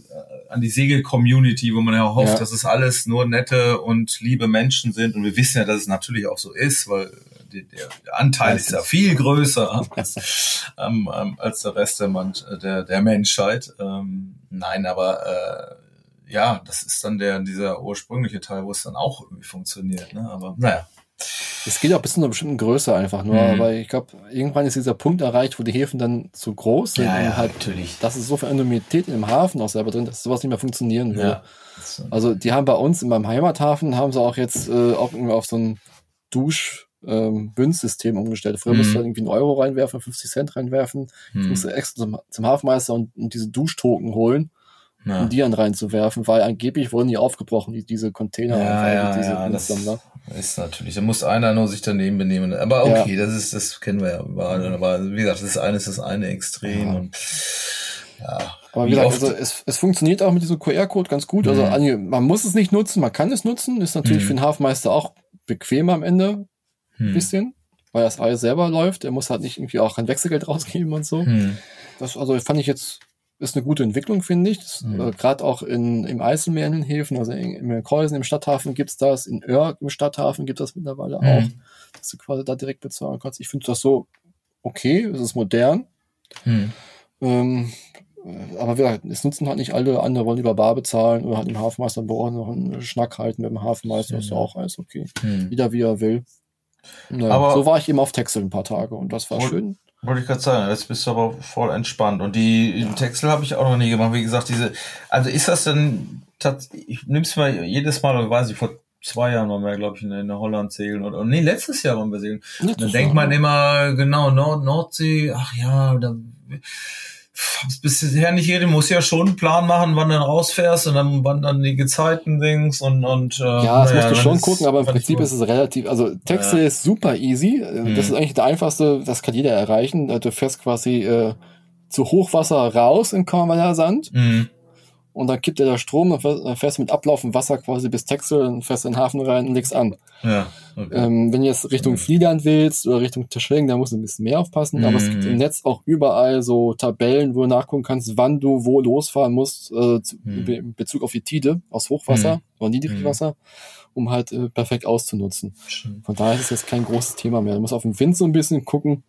an die Segel-Community, wo man ja hofft, dass es alles nur nette und liebe Menschen sind. Und wir wissen ja, dass es natürlich auch so ist, weil der Anteil ist ja viel größer als der Rest der Menschheit. Nein, aber ja, das ist dann dieser ursprüngliche Teil, wo es dann auch irgendwie funktioniert. Ne? Aber naja. Es geht auch bis zu einer bestimmten Größe einfach nur, aber ich glaube, irgendwann ist dieser Punkt erreicht, wo die Häfen dann zu groß sind und halt, natürlich. dass es so viel Anonymität im Hafen auch selber drin, dass sowas nicht mehr funktionieren würde. Ja. Also die haben bei uns in meinem Heimathafen, haben sie auch jetzt auch irgendwie auf so ein Münzsystem umgestellt. Früher musst du halt irgendwie 1 Euro reinwerfen, 50 Cent reinwerfen. Jetzt musst du extra zum Hafenmeister und diese Duschtoken holen, um die dann reinzuwerfen, weil angeblich wurden die aufgebrochen, diese Container. Das ist natürlich, da muss einer nur sich daneben benehmen. Aber okay, das kennen wir ja überall. Aber wie gesagt, das eine Extrem. Ja. Und aber wie gesagt, also es funktioniert auch mit diesem QR-Code ganz gut. Also man muss es nicht nutzen, man kann es nutzen. Ist natürlich für den Hafenmeister auch bequemer am Ende. Ein bisschen, weil das alles selber läuft. Er muss halt nicht irgendwie auch kein Wechselgeld rausgeben und so. Das fand ich jetzt, ist eine gute Entwicklung, finde ich. Gerade auch im Eiselmeer in den Häfen, also in Kreuzen im Stadthafen gibt's das, in Oerg im Stadthafen gibt das mittlerweile auch, dass du quasi da direkt bezahlen kannst. Ich finde das so okay, es ist modern. Aber wie gesagt, es nutzen halt nicht alle, andere wollen lieber bar bezahlen oder halt im Hafenmeister noch einen Schnack halten mit dem Hafenmeister, ist ja auch alles okay. Jeder wie er will. Naja, aber so war ich eben auf Texel ein paar Tage und das war schön. Wollte ich gerade sagen, jetzt bist du aber voll entspannt. Und die Texel habe ich auch noch nie gemacht. Wie gesagt, also ist das denn, ich nimm's mal jedes Mal, weiß ich, vor 2 Jahren waren wir, glaube ich, in Holland segeln oder nee, letztes Jahr waren wir segeln. Dann denkt man immer, genau, Nordsee, ach ja, da bisher nicht jeder, muss ja schon einen Plan machen, wann du rausfährst und wann dann die Gezeiten-Dings und das musst du schon gucken, aber im Prinzip ist es relativ, also Texel ist super easy, das ist eigentlich der einfachste, das kann jeder erreichen, du fährst quasi zu Hochwasser raus in Kornwalder Sand und dann kippt dir der Strom und dann fährst du mit ablaufendem Wasser quasi bis Texel und fährst in den Hafen rein und legst an. Ja, okay. Wenn du jetzt Richtung Vlieland willst oder Richtung Terschelling, da musst du ein bisschen mehr aufpassen, aber es gibt im Netz auch überall so Tabellen, wo du nachgucken kannst, wann du wo losfahren musst, in Bezug auf die Tide aus Hochwasser oder Niedrigwasser, um halt perfekt auszunutzen. Von daher ist es jetzt kein großes Thema mehr. Du musst auf den Wind so ein bisschen gucken.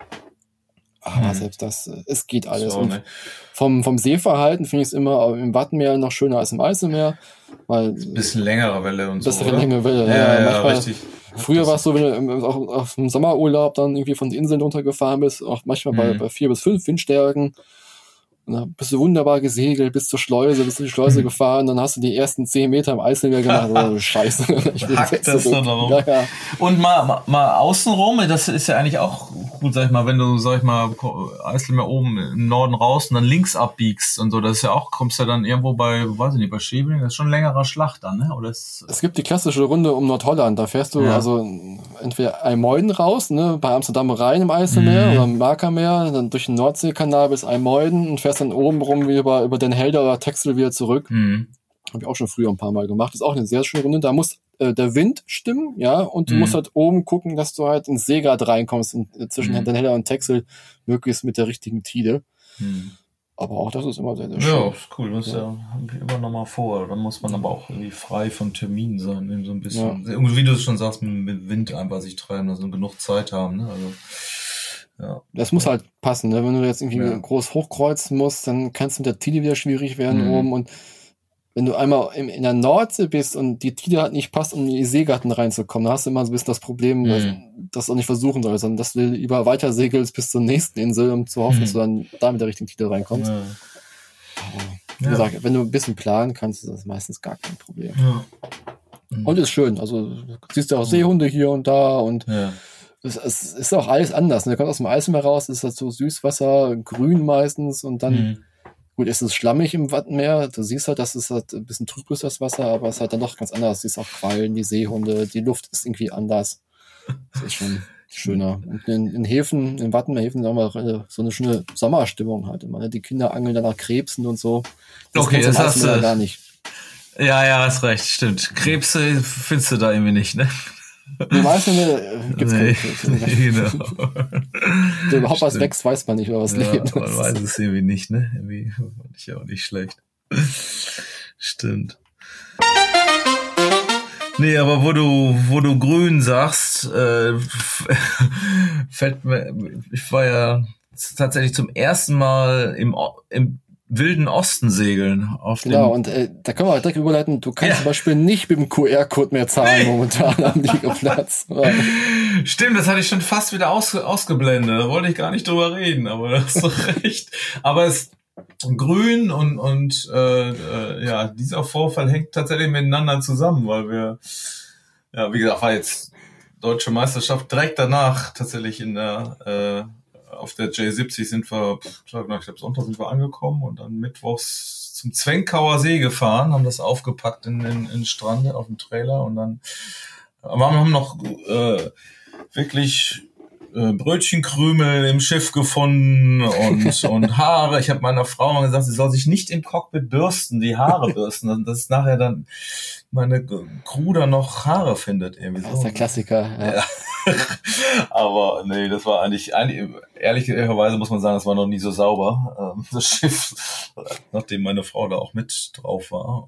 Aber selbst das, es geht alles. So, ne? Vom Seeverhalten finde ich es immer im Wattenmeer noch schöner als im Eiselmeer. Weil ein bisschen längere Welle und so. Bisschen längere Welle, ja, richtig. Früher war es so, wenn du auch auf dem Sommerurlaub dann irgendwie von den Inseln runtergefahren bist, auch manchmal bei 4 bis 5 Windstärken. Und dann bist du wunderbar gesegelt, bis zur Schleuse, bist du die Schleuse gefahren, dann hast du die ersten 10 Meter im Eiselmeer gemacht. Oh, Scheiße. Ich will Hackt das dann darum. Ja. Und mal außenrum, das ist ja eigentlich auch gut, sag ich mal, wenn du, Eiselmeer oben im Norden raus und dann links abbiegst und so, das ist ja auch, kommst ja dann irgendwo bei Scheveningen, das ist schon ein längerer Schlag dann, ne? Oder es gibt die klassische Runde um Nordholland, da fährst du also entweder Almoiden raus, ne, bei Amsterdam Rhein im Eiselmeer oder im Markermeer, dann durch den Nordseekanal bis Almoiden und fährst dann oben rum wie über Den Helder oder Texel wieder zurück. Habe ich auch schon früher ein paar Mal gemacht. Das ist auch eine sehr schöne Runde. Da muss der Wind stimmen, ja, und du musst halt oben gucken, dass du halt ins Seegrad reinkommst zwischen Den Helder und Texel, möglichst mit der richtigen Tide. Aber auch das ist immer sehr, sehr schön. Ja, ist cool. Das habe ich immer noch mal vor. Da muss man aber auch irgendwie frei von Terminen sein, so ein bisschen. Ja. Wie du es schon sagst, mit Wind einfach sich treiben, also genug Zeit haben, ne? Also das muss halt passen, ne? Wenn du jetzt irgendwie groß hochkreuzen musst, dann kann es mit der Tide wieder schwierig werden oben. Und wenn du einmal in der Nordsee bist und die Tide halt nicht passt, um in die Seegatten reinzukommen, dann hast du immer so ein bisschen das Problem, dass du auch nicht versuchen sollst, sondern dass du lieber weiter segelst bis zur nächsten Insel, um zu hoffen, dass du dann da mit der richtigen Tide reinkommst. Ja. Wie gesagt, wenn du ein bisschen planen kannst, ist das meistens gar kein Problem. Ja. Und ist schön, also du siehst ja auch Seehunde hier und da und es ist auch alles anders. Der kommt aus dem Eiselmeer raus, ist halt so Süßwasser, grün meistens und dann, gut, ist es schlammig im Wattenmeer. Du siehst halt, dass es halt ein bisschen trüb ist, das Wasser, aber es ist halt dann doch ganz anders. Du siehst auch Quallen, die Seehunde, die Luft ist irgendwie anders. Das ist schon schöner. Und in Häfen, in Wattenmeerhäfen haben wir so eine schöne Sommerstimmung halt immer. Ne? Die Kinder angeln dann nach Krebsen und so. Das hast du gar nicht. Ja, hast recht, stimmt. Krebse findest du da irgendwie nicht, ne? Im Eiselmeer gibt's keine Krebse. Genau. So überhaupt was wächst, weiß man nicht, oder was lebt. Man weiß es irgendwie nicht, ne? Irgendwie fand ich ja auch nicht schlecht. Stimmt. Nee, aber wo du grün sagst, fällt mir, ich war ja tatsächlich zum ersten Mal im wilden Osten segeln. Genau, und da können wir direkt überleiten, du kannst zum Beispiel nicht mit dem QR-Code mehr zahlen momentan am Liegeplatz. Stimmt, das hatte ich schon fast wieder ausgeblendet, da wollte ich gar nicht drüber reden, aber du hast doch recht. Aber es grün und dieser Vorfall hängt tatsächlich miteinander zusammen, weil wir, wie gesagt, war jetzt Deutsche Meisterschaft direkt danach tatsächlich auf der J70 sind wir, ich glaube Sonntag sind wir angekommen und dann mittwochs zum Zwenkauer See gefahren, haben das aufgepackt in Strand auf dem Trailer und dann haben noch wirklich Brötchenkrümel im Schiff gefunden und Haare. Ich habe meiner Frau mal gesagt, sie soll sich nicht im Cockpit bürsten, die Haare bürsten, dass nachher dann meine Crew da noch Haare findet irgendwie. Das ist der Klassiker. Ja. Aber nee, das war eigentlich ehrlicherweise muss man sagen, das war noch nie so sauber, das Schiff, nachdem meine Frau da auch mit drauf war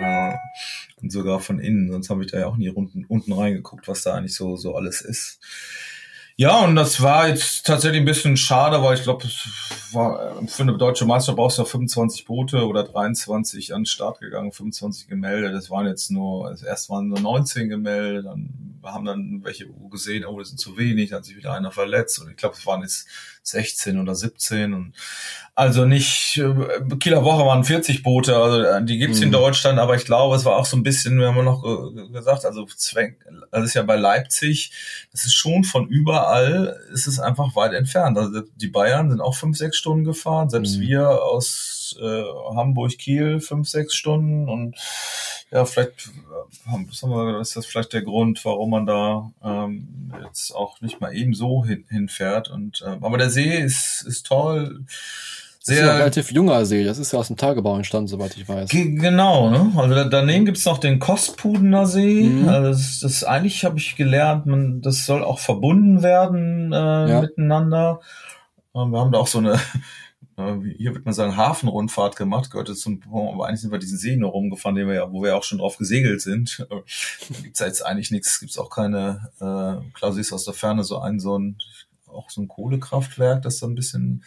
und sogar von innen, sonst habe ich da ja auch nie unten reingeguckt, was da eigentlich so alles ist. Ja, und das war jetzt tatsächlich ein bisschen schade, weil ich glaube, für eine deutsche Meisterschaft brauchst du ja 25 Boote oder 23 an den Start gegangen, 25 gemeldet. Erst waren nur 19 gemeldet, dann haben dann welche gesehen, oh, das sind zu wenig, dann hat sich wieder einer verletzt und ich glaube, es waren jetzt 16 oder 17 und also nicht, Kieler Woche waren 40 Boote, also die gibt's in Deutschland, aber ich glaube, es war auch so ein bisschen, wir haben noch gesagt, also das ist ja bei Leipzig, das ist schon von überall, ist es einfach weit entfernt. Also die Bayern sind auch 5-6 Stunden gefahren, selbst wir aus Hamburg, Kiel 5-6 Stunden und ja, vielleicht ist das vielleicht der Grund, warum man da jetzt auch nicht mal eben so hinfährt. Und aber der See ist toll. Das ist ja ein relativ junger See, das ist ja aus dem Tagebau entstanden, soweit ich weiß. Genau, ne? Also daneben gibt's noch den Kostpudener See. Also das eigentlich habe ich gelernt, das soll auch verbunden werden miteinander. Wir haben da auch so eine, hier würde man sagen, Hafenrundfahrt gemacht, gehörte aber eigentlich sind wir diesen See nur rumgefahren, wo wir auch schon drauf gesegelt sind. Da gibt's ja jetzt eigentlich nichts, gibt's auch keine, klar siehst aus der Ferne so ein Kohlekraftwerk, das da ein bisschen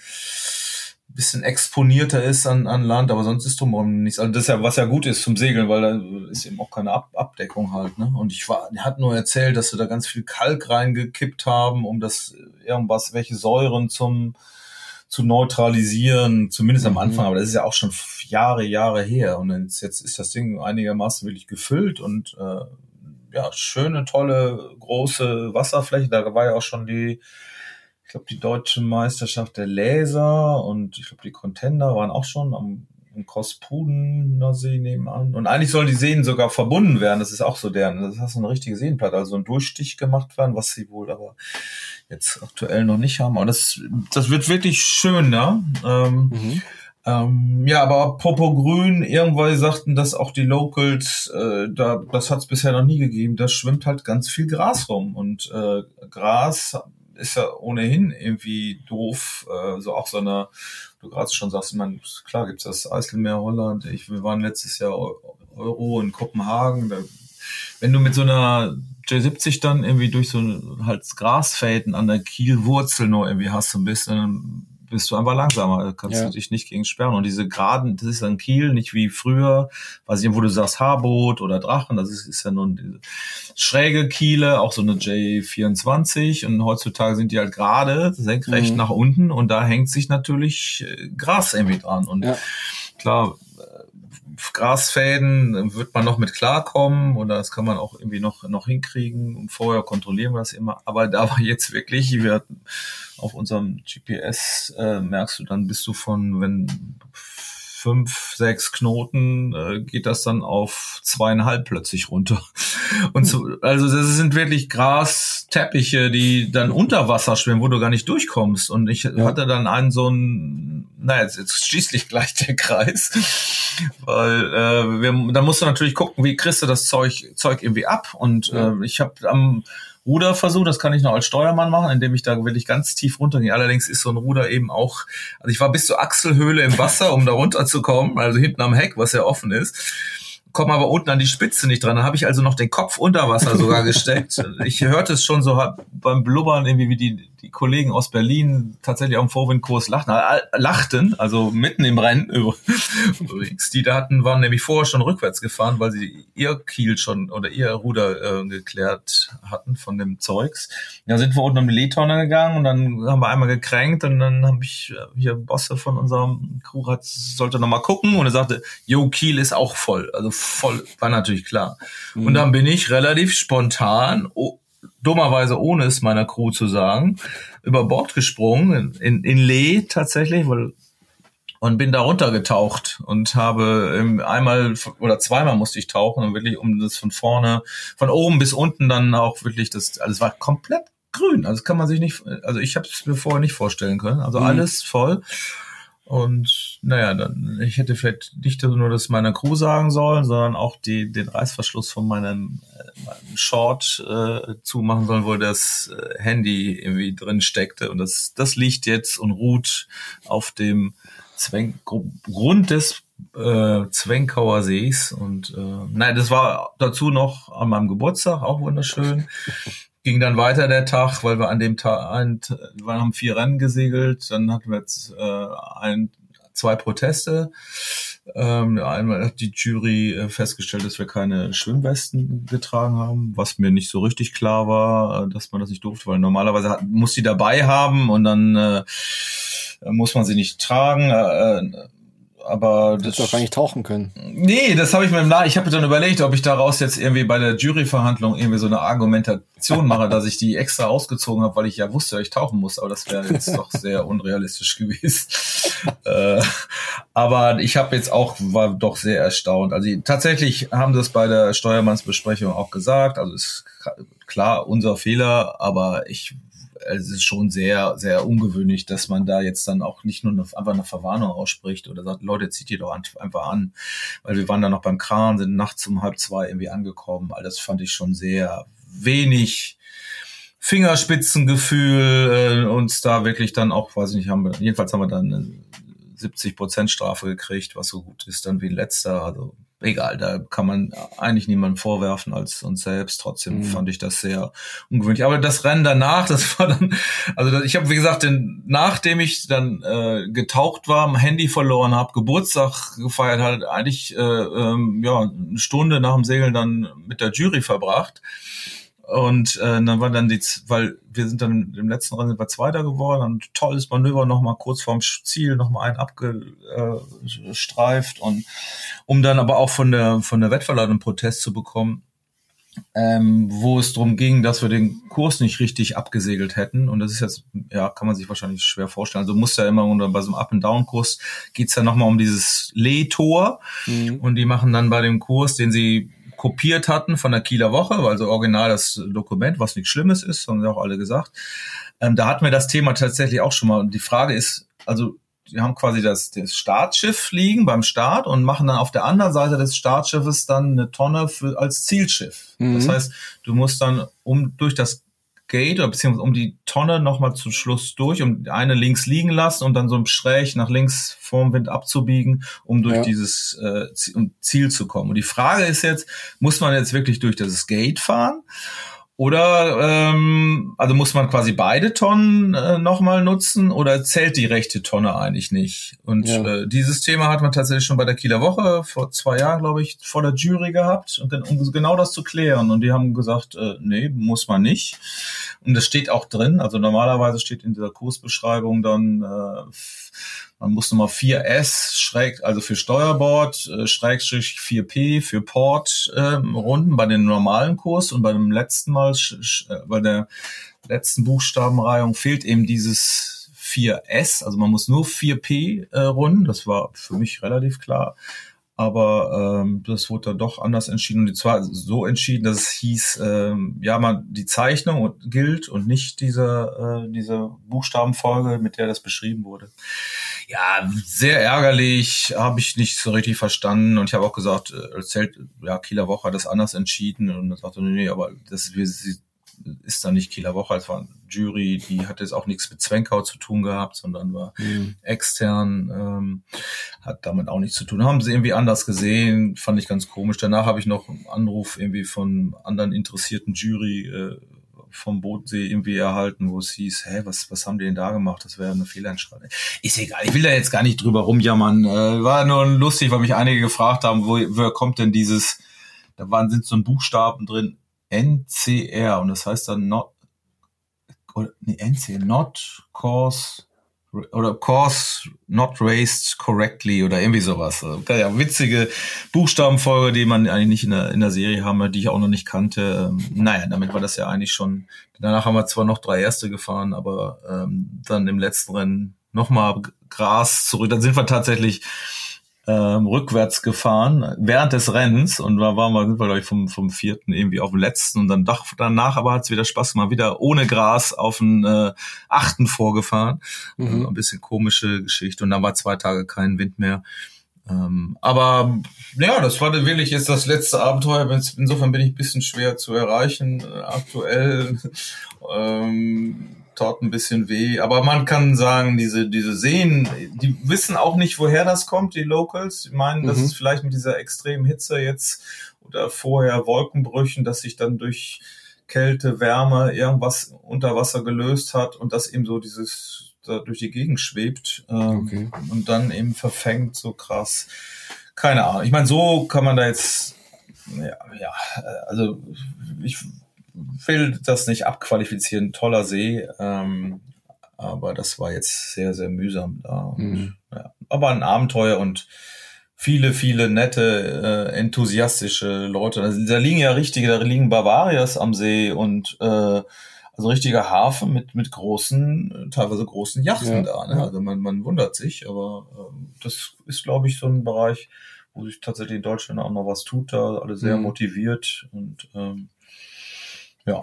exponierter ist an Land, aber sonst ist drumherum nichts. Also das ist ja, was ja gut ist zum Segeln, weil da ist eben auch keine Abdeckung halt, ne? Und er hat nur erzählt, dass sie da ganz viel Kalk reingekippt haben, um welche Säuren zu neutralisieren, zumindest am Anfang, aber das ist ja auch schon Jahre her und jetzt ist das Ding einigermaßen wirklich gefüllt und schöne, tolle, große Wasserfläche, da war ja auch schon die Deutsche Meisterschaft der Laser und ich glaube die Contender waren auch schon am Kostpudener See nebenan. Und eigentlich sollen die Seen sogar verbunden werden. Das ist auch so das ist so eine richtige Seenplatte, also ein Durchstich gemacht werden, was sie wohl aber jetzt aktuell noch nicht haben. Aber das wird wirklich schön, ja. Aber apropos Grün, irgendwann sagten, dass auch die Locals, das hat es bisher noch nie gegeben, da schwimmt halt ganz viel Gras rum und Gras ist ja ohnehin irgendwie doof, so auch so eine, du gerade schon sagst, ich meine, klar gibt's das Eiselmeer Holland, wir waren letztes Jahr Euro in Kopenhagen, wenn du mit so einer J70 dann irgendwie durch so halt Grasfäden an der Kielwurzel noch irgendwie hast so ein bisschen, dann bist du einfach langsamer, da kannst du dich nicht gegen sperren. Und diese Geraden, das ist dann Kiel, nicht wie früher, weiß ich, wo du sagst Haarboot oder Drachen, das ist ja nun diese schräge Kiele, auch so eine J24 und heutzutage sind die halt gerade, senkrecht nach unten und da hängt sich natürlich Gras irgendwie dran und klar, Grasfäden wird man noch mit klarkommen oder das kann man auch irgendwie noch hinkriegen und vorher kontrollieren wir das immer. Aber da war jetzt wirklich, wir hatten auf unserem GPS merkst du dann, bist du wenn 5, 6 Knoten geht das dann auf 2,5 plötzlich runter. Und so, also das sind wirklich Grasteppiche, die dann unter Wasser schwimmen, wo du gar nicht durchkommst. Und ich hatte dann jetzt schließlich gleich der Kreis, weil da musst du natürlich gucken, wie kriegst du das Zeug irgendwie ab. Und ich habe Ruderversuch, das kann ich noch als Steuermann machen, indem ich da wirklich ganz tief runtergehe. Allerdings ist so ein Ruder eben auch, also ich war bis zur Achselhöhle im Wasser, um da runterzukommen, also hinten am Heck, was ja offen ist. Komme aber unten an die Spitze nicht dran. Da habe ich also noch den Kopf unter Wasser sogar gesteckt. Ich hörte es schon so beim Blubbern, irgendwie wie die Kollegen aus Berlin tatsächlich am Vorwindkurs lachten, also mitten im Rennen übrigens. Die da waren nämlich vorher schon rückwärts gefahren, weil sie ihr Kiel schon oder ihr Ruder geklärt hatten von dem Zeugs. Da sind wir unten um die Leetonne gegangen und dann haben wir einmal gekränkt und dann habe ich hier Bosse von unserem Crew sollte noch mal gucken und er sagte, Kiel ist auch voll. Also voll, war natürlich klar. Und dann bin ich relativ spontan, dummerweise ohne es meiner Crew zu sagen, über Bord gesprungen, in Lee tatsächlich, und bin da runtergetaucht und habe einmal oder zweimal musste ich tauchen und wirklich um das von oben bis unten dann auch wirklich alles war komplett grün. Also kann man sich nicht, also ich habe es mir vorher nicht vorstellen können. Also alles voll. Und ich hätte vielleicht nicht nur das meiner Crew sagen sollen, sondern auch den Reißverschluss von meinem Short zumachen sollen, wo das Handy irgendwie drin steckte. Und das liegt jetzt und ruht auf dem Grund des Zwenkauer Sees. Und das war dazu noch an meinem Geburtstag, auch wunderschön. Ging dann weiter der Tag, weil wir an dem Tag wir haben 4 Rennen gesegelt, dann hatten wir jetzt 2 Proteste. Einmal hat die Jury festgestellt, dass wir keine Schwimmwesten getragen haben, was mir nicht so richtig klar war, dass man das nicht durfte, weil normalerweise muss die dabei haben und dann muss man sie nicht tragen. Aber das doch gar nicht tauchen können. Nee, das habe ich ich habe dann überlegt, ob ich daraus jetzt irgendwie bei der Juryverhandlung irgendwie so eine Argumentation mache, dass ich die extra ausgezogen habe, weil ich ja wusste, dass ich tauchen muss, aber das wäre jetzt doch sehr unrealistisch gewesen. Aber ich habe jetzt war doch sehr erstaunt. Also tatsächlich haben das bei der Steuermannsbesprechung auch gesagt, also ist klar unser Fehler, aber es ist schon sehr, sehr ungewöhnlich, dass man da jetzt dann auch nicht nur einfach eine Verwarnung ausspricht oder sagt, Leute, zieht ihr doch einfach an. Weil wir waren dann noch beim Kran, sind nachts um 1:30 irgendwie angekommen. All das fand ich schon sehr wenig Fingerspitzengefühl, uns da wirklich dann auch, weiß ich nicht, jedenfalls haben wir dann eine 70% Strafe gekriegt, was so gut ist dann wie ein letzter, also egal, da kann man eigentlich niemandem vorwerfen als uns selbst. Trotzdem fand ich das sehr ungewöhnlich. Aber das Rennen danach, das war dann, also ich habe, wie gesagt, nachdem ich dann getaucht war, mein Handy verloren habe, Geburtstag gefeiert, halt eigentlich eine Stunde nach dem Segeln dann mit der Jury verbracht. Und dann war dann weil wir sind dann im letzten Rennen sind wir Zweiter geworden, ein tolles Manöver nochmal kurz vorm Ziel, nochmal einen abgestreift und um dann aber auch von der Wettverleitung einen Protest zu bekommen, wo es darum ging, dass wir den Kurs nicht richtig abgesegelt hätten. Und das ist jetzt, kann man sich wahrscheinlich schwer vorstellen. Also muss ja immer bei so einem Up-and-Down-Kurs geht's ja nochmal um dieses Lee-Tor. Und die machen dann bei dem Kurs, den sie kopiert hatten von der Kieler Woche, also original das Dokument, was nichts Schlimmes ist, haben sie auch alle gesagt. Da hatten wir das Thema tatsächlich auch schon mal. Und die Frage ist, also die haben quasi das Startschiff liegen beim Start und machen dann auf der anderen Seite des Startschiffes dann eine Tonne als Zielschiff. Das heißt, du musst dann durch das Gate oder beziehungsweise um die Tonne nochmal zum Schluss durch, um eine links liegen lassen und dann so schräg nach links vorm Wind abzubiegen, um durch dieses Ziel zu kommen. Und die Frage ist jetzt, muss man jetzt wirklich durch das Gate fahren? Oder also muss man quasi beide Tonnen nochmal nutzen oder zählt die rechte Tonne eigentlich nicht? Und dieses Thema hat man tatsächlich schon bei der Kieler Woche vor 2 Jahren, glaube ich, vor der Jury gehabt, und dann, um genau das zu klären. Und die haben gesagt, nee, muss man nicht. Und das steht auch drin. Also normalerweise steht in dieser Kursbeschreibung dann, man muss nochmal 4S also für Steuerbord, Schrägstrich 4P für Port Runden bei den normalen Kurs, und bei dem letzten Mal, bei der letzten Buchstabenreihung fehlt eben dieses 4S, also man muss nur 4P runden, das war für mich relativ klar. Aber das wurde dann doch anders entschieden, und zwar so entschieden, dass es hieß, die Zeichnung gilt und nicht diese Buchstabenfolge, mit der das beschrieben wurde. Ja, sehr ärgerlich, habe ich nicht so richtig verstanden, und ich habe auch gesagt, Kieler Woche hat das anders entschieden, und dann sagte nee, aber ist dann nicht Kieler Woche, es war eine Jury, die hat jetzt auch nichts mit Zwenkau zu tun gehabt, sondern war extern, hat damit auch nichts zu tun. Haben sie irgendwie anders gesehen, fand ich ganz komisch. Danach habe ich noch einen Anruf irgendwie von anderen interessierten Jury vom Bodensee irgendwie erhalten, wo es hieß, was haben die denn da gemacht? Das wäre eine Fehlentscheidung. Ist egal, ich will da jetzt gar nicht drüber rumjammern. War nur lustig, weil mich einige gefragt haben, woher kommt denn dieses, sind so ein Buchstaben drin, NCR, und das heißt dann not cause oder course not raced correctly oder irgendwie sowas. Ja, witzige Buchstabenfolge, die man eigentlich nicht in der Serie haben, die ich auch noch nicht kannte. Naja, damit war das ja eigentlich schon. Danach haben wir zwar noch 3 Erste gefahren, aber dann im letzten Rennen nochmal Gras zurück. Dann sind wir tatsächlich rückwärts gefahren während des Rennens, und da sind wir glaube ich vom 4. irgendwie auf dem letzten, und dann danach aber hat es wieder Spaß gemacht, wieder ohne Gras auf den 8. vorgefahren. Ein bisschen komische Geschichte, und dann war 2 Tage kein Wind mehr. Aber ja, das war wirklich jetzt das letzte Abenteuer. Insofern bin ich ein bisschen schwer zu erreichen aktuell. Tat ein bisschen weh, aber man kann sagen, diese Seen, die wissen auch nicht, woher das kommt, die Locals. Die meinen, dass es vielleicht mit dieser extremen Hitze jetzt oder vorher Wolkenbrüchen, dass sich dann durch Kälte, Wärme irgendwas unter Wasser gelöst hat und das eben so da durch die Gegend schwebt und dann eben verfängt, so krass. Keine Ahnung. Ich meine, so kann man da jetzt, also ich will das nicht abqualifizieren, toller See, aber das war jetzt sehr, sehr mühsam da. Und, aber ein Abenteuer und viele, viele nette, enthusiastische Leute. Da liegen Bavarias am See und also richtiger Hafen mit großen, teilweise großen Yachten da. Ne? Also man wundert sich, aber das ist, glaube ich, so ein Bereich, wo sich tatsächlich in Deutschland auch noch was tut, da alle sehr motiviert und ja.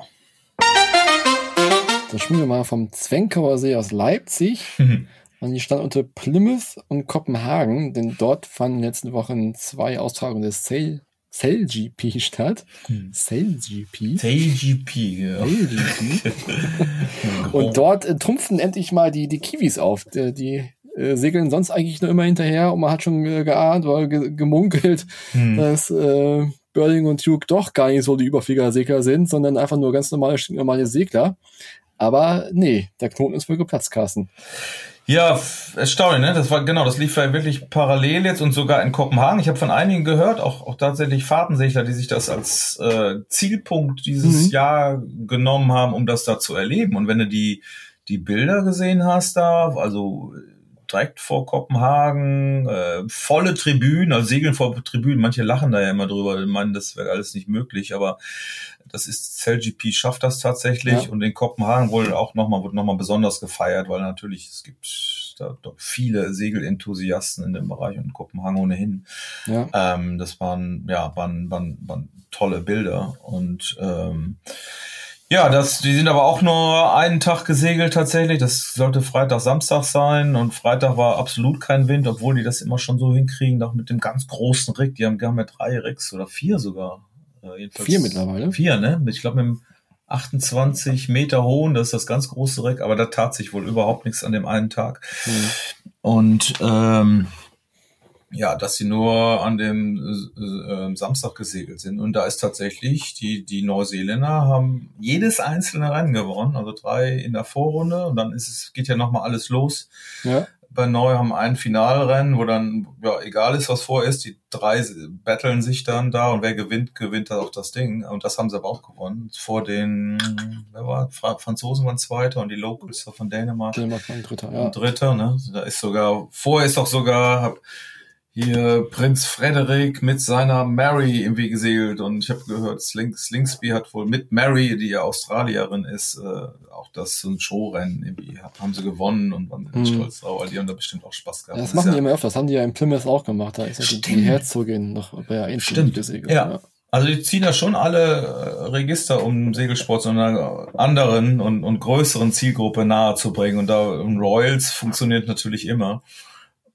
Dann springen wir mal vom Zwenkauer See aus Leipzig an die Standorte Plymouth und Kopenhagen, denn dort fanden in den letzten Wochen 2 Austragungen des SailGP statt. SailGP? SailGP, ja. Und dort trumpften endlich mal die Kiwis auf. Die segeln sonst eigentlich nur immer hinterher, und man hat schon geahnt oder gemunkelt, dass Birding und Duke doch gar nicht so die Überflieger-Segler sind, sondern einfach nur ganz normale Segler. Aber nee, der Knoten ist wohl geplatzt, Carsten. Ja, erstaunlich, ne? Das lief ja wirklich parallel jetzt und sogar in Kopenhagen. Ich habe von einigen gehört, auch tatsächlich Fahrtensegler, die sich das als Zielpunkt dieses Jahr genommen haben, um das da zu erleben. Und wenn du die Bilder gesehen hast da, also direkt vor Kopenhagen, volle Tribünen, also Segeln vor Tribünen, manche lachen da ja immer drüber, meinen, das wäre alles nicht möglich, aber das ist, SailGP schafft das tatsächlich, und in Kopenhagen wurde nochmal besonders gefeiert, weil natürlich es gibt da doch viele Segelenthusiasten in dem Bereich und in Kopenhagen ohnehin. Ja. Das waren tolle Bilder und die sind aber auch nur einen Tag gesegelt tatsächlich. Das sollte Freitag, Samstag sein, und Freitag war absolut kein Wind, obwohl die das immer schon so hinkriegen, auch mit dem ganz großen Rig. Die haben ja 3 Rigs oder 4 sogar. 4 mittlerweile. 4, ne? Ich glaube mit dem 28 Meter hohen, das ist das ganz große Rig, aber da tat sich wohl überhaupt nichts an dem einen Tag. Und dass sie nur an dem Samstag gesegelt sind. Und da ist tatsächlich, die Neuseeländer haben jedes einzelne Rennen gewonnen, also 3 in der Vorrunde, und dann geht ja nochmal alles los. Ja. Bei Neu haben ein Finalrennen, wo dann egal ist, was vorher ist, die 3 battlen sich dann da, und wer gewinnt dann auch das Ding. Und das haben sie aber auch gewonnen. Vor den Franzosen waren Zweiter und die Locals von Dänemark. Dänemark war Dritter, ja. Dritter, ne? Da ist vorher ist doch sogar hier Prinz Frederik mit seiner Mary irgendwie gesegelt, und ich habe gehört, Slingsby hat wohl mit Mary, die ja Australierin ist, auch das so ein Showrennen irgendwie haben sie gewonnen und waren stolz drauf, weil die haben da bestimmt auch Spaß gehabt. Ja, das machen die immer öfter, das haben die ja in Plymouth auch gemacht, da ist ja die Herzogin noch bei Einzelnen gesegelt. Ja. Also die ziehen da schon alle Register, um Segelsport zu einer anderen und größeren Zielgruppe nahe zu bringen, und da Royals funktioniert natürlich immer.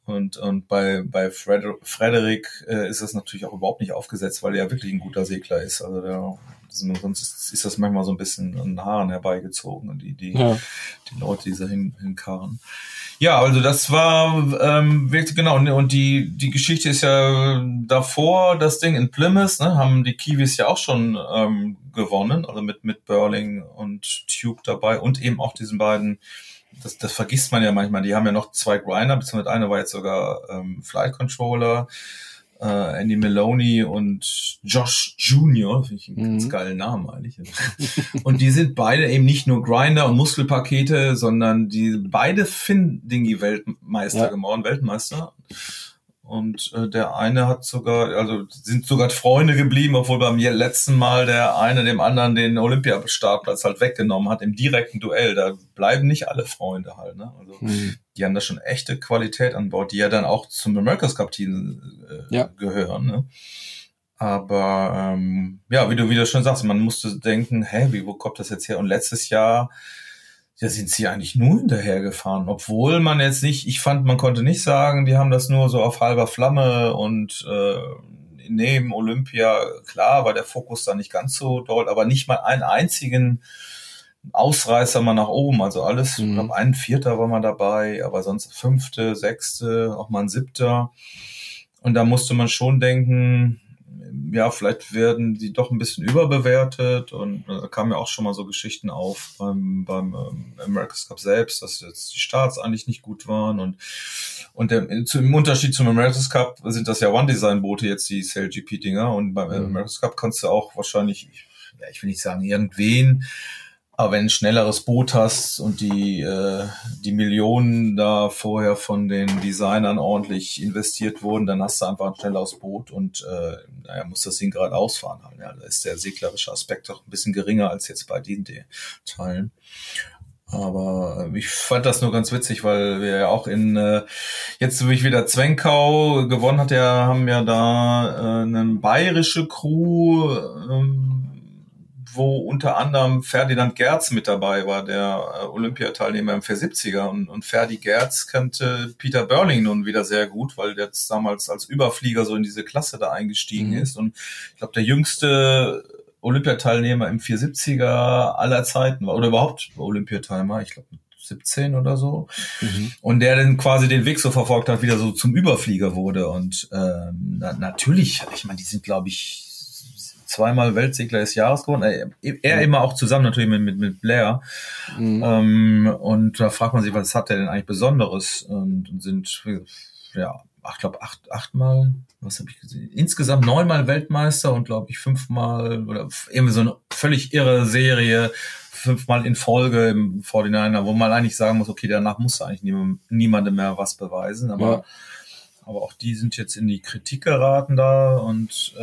Und bei Frederik ist das natürlich auch überhaupt nicht aufgesetzt, weil er ja wirklich ein guter Segler ist. Also sonst ist das manchmal so ein bisschen an den Haaren herbeigezogen, die Leute, die da hinkarren. Ja, also das war wirklich genau. Und die Geschichte ist ja davor, das Ding in Plymouth, ne, haben die Kiwis ja auch schon gewonnen, also mit Burling und Tube dabei und eben auch diesen beiden. Das vergisst man ja manchmal. Die haben ja noch 2 Grinder, beziehungsweise einer war jetzt sogar Flight Controller, Andy Maloney und Josh Junior, finde ich einen ganz geilen Namen eigentlich. Und die sind beide eben nicht nur Grinder und Muskelpakete, sondern die beide Finn-Dingy-Weltmeister geworden, Weltmeister. Und der eine sind sogar Freunde geblieben, obwohl beim letzten Mal der eine dem anderen den Olympiastartplatz halt weggenommen hat im direkten Duell. Da bleiben nicht alle Freunde halt, ne? Also die haben da schon echte Qualität an Bord, die ja dann auch zum America's Cup Team gehören, ne? Aber wie du schon sagst, man musste denken, wo kommt das jetzt her? Und letztes Jahr sind sie eigentlich nur hinterhergefahren, obwohl man jetzt nicht, ich fand, man konnte nicht sagen, die haben das nur so auf halber Flamme und neben Olympia, klar, war der Fokus da nicht ganz so doll, aber nicht mal einen einzigen Ausreißer mal nach oben, also alles, ich glaube, ein Vierter war mal dabei, aber sonst 5., 6., auch mal ein 7. Und da musste man schon denken, ja, vielleicht werden die doch ein bisschen überbewertet und da kamen ja auch schon mal so Geschichten auf beim America's Cup selbst, dass jetzt die Starts eigentlich nicht gut waren und im Unterschied zum America's Cup sind das ja One-Design-Boote jetzt, die SailGP-Dinger, und beim America's Cup kannst du auch wahrscheinlich, ja, ich will nicht sagen irgendwen, aber wenn du ein schnelleres Boot hast und die Millionen da vorher von den Designern ordentlich investiert wurden, dann hast du einfach ein schnelleres Boot und muss das Ding gerade ausfahren halt. Ja, da ist der seglerische Aspekt doch ein bisschen geringer als jetzt bei den Teilen. Aber ich fand das nur ganz witzig, weil wir ja auch jetzt, wo ich wieder Zwenkau gewonnen hat, haben ja da eine bayerische Crew, wo unter anderem Ferdinand Gerz mit dabei war, der Olympiateilnehmer im 470er. Und Ferdi Gerz kannte Peter Burling nun wieder sehr gut, weil der jetzt damals als Überflieger so in diese Klasse da eingestiegen ist. Und ich glaube, der jüngste Olympiateilnehmer im 470er aller Zeiten war, oder überhaupt Olympiateilnehmer, ich glaube 17 oder so. Und der dann quasi den Weg so verfolgt hat, wieder so zum Überflieger wurde. Und natürlich, ich meine, die sind, glaube ich, 2-mal Weltsegler des Jahres geworden. Er immer auch zusammen natürlich mit Blair. Und da fragt man sich, was hat der denn eigentlich Besonderes? Und sind, ja, ich glaube 8-mal, was habe ich gesehen? Insgesamt 9-mal Weltmeister und glaube ich 5-mal oder irgendwie so eine völlig irre Serie, 5-mal in Folge im 49er, wo man eigentlich sagen muss, okay, danach muss eigentlich niemandem mehr was beweisen, aber auch die sind jetzt in die Kritik geraten da und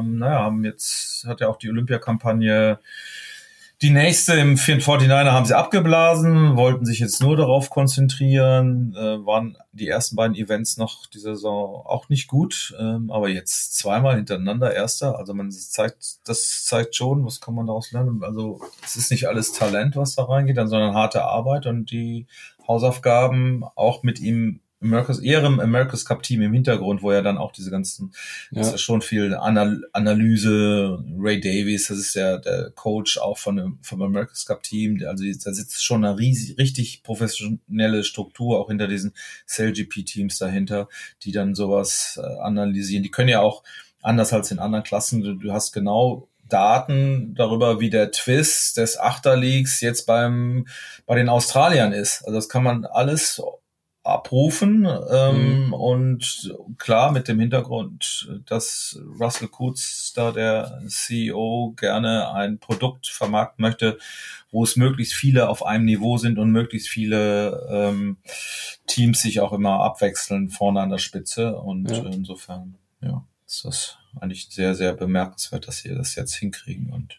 hat ja auch die Olympiakampagne, die nächste im 49er haben sie abgeblasen, wollten sich jetzt nur darauf konzentrieren, waren die ersten beiden Events noch die Saison auch nicht gut, aber jetzt 2-mal hintereinander Erster, also das zeigt schon, was kann man daraus lernen, also es ist nicht alles Talent, was da reingeht, sondern harte Arbeit und die Hausaufgaben auch mit ihm ihrem America's Cup Team im Hintergrund, wo ja dann auch diese ganzen, ist ja schon viel Analyse, Ray Davies, das ist ja der Coach auch vom America's Cup Team, also da sitzt schon eine richtig professionelle Struktur auch hinter diesen SailGP Teams dahinter, die dann sowas analysieren. Die können ja auch anders als in anderen Klassen, du hast genau Daten darüber, wie der Twist des Achterleagues jetzt bei den Australiern ist. Also das kann man alles abrufen und klar mit dem Hintergrund, dass Russell Coutts, da der CEO, gerne ein Produkt vermarkten möchte, wo es möglichst viele auf einem Niveau sind und möglichst viele Teams sich auch immer abwechseln vorne an der Spitze und insofern ist das eigentlich sehr, sehr bemerkenswert, dass sie das jetzt hinkriegen und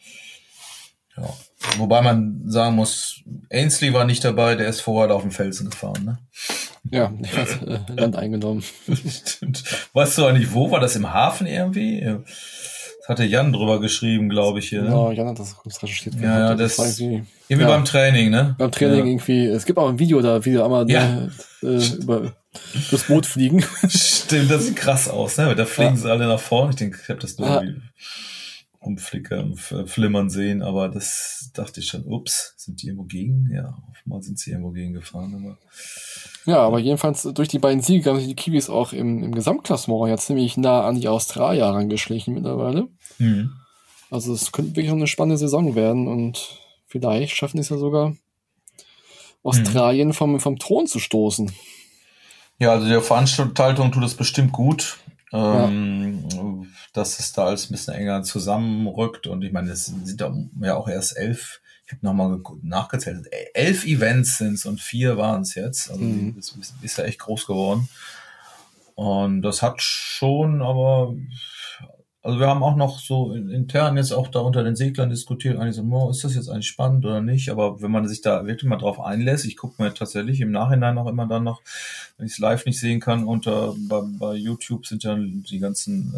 ja. Wobei man sagen muss, Ainsley war nicht dabei, der ist vorher auf dem Felsen gefahren, ne? Ja, der hat Land eingenommen. Stimmt. Weißt du eigentlich, wo war das, im Hafen irgendwie? Das hatte Jan drüber geschrieben, glaube ich hier. Ne? Ja, Jan hat das recherchiert. Ja, das irgendwie beim Training, ne? Beim Training irgendwie. Es gibt auch ein Video da, wie er einmal über das Boot fliegen. Stimmt, das sieht krass aus, ne? Da fliegen sie alle nach vorne. Ich denke, ich habe das nur irgendwie rumflickern, flimmern sehen, aber das dachte ich schon, ups, sind die irgendwo gegen? Ja, oftmals sind sie irgendwo gegen gefahren, aber. Ja, aber jedenfalls durch die beiden Siege haben sich die Kiwis auch im Gesamtklassement ja ziemlich nah an die Australier rangeschlichen mittlerweile. Mhm. Also es könnte wirklich eine spannende Saison werden und vielleicht schaffen es ja sogar, Australien vom Thron zu stoßen. Ja, also der Veranstaltung tut es bestimmt gut, dass es da alles ein bisschen enger zusammenrückt. Und ich meine, es sind ja auch erst 11, ich habe nochmal nachgezählt, 11 Events sind es und 4 waren es jetzt. Also das ist ja echt groß geworden. Und das hat schon, aber also wir haben auch noch so intern jetzt auch da unter den Seglern diskutiert, eigentlich so, ist das jetzt eigentlich spannend oder nicht? Aber wenn man sich da wirklich mal drauf einlässt, ich gucke mir tatsächlich im Nachhinein auch immer dann noch, wenn ich es live nicht sehen kann, bei YouTube sind ja die ganzen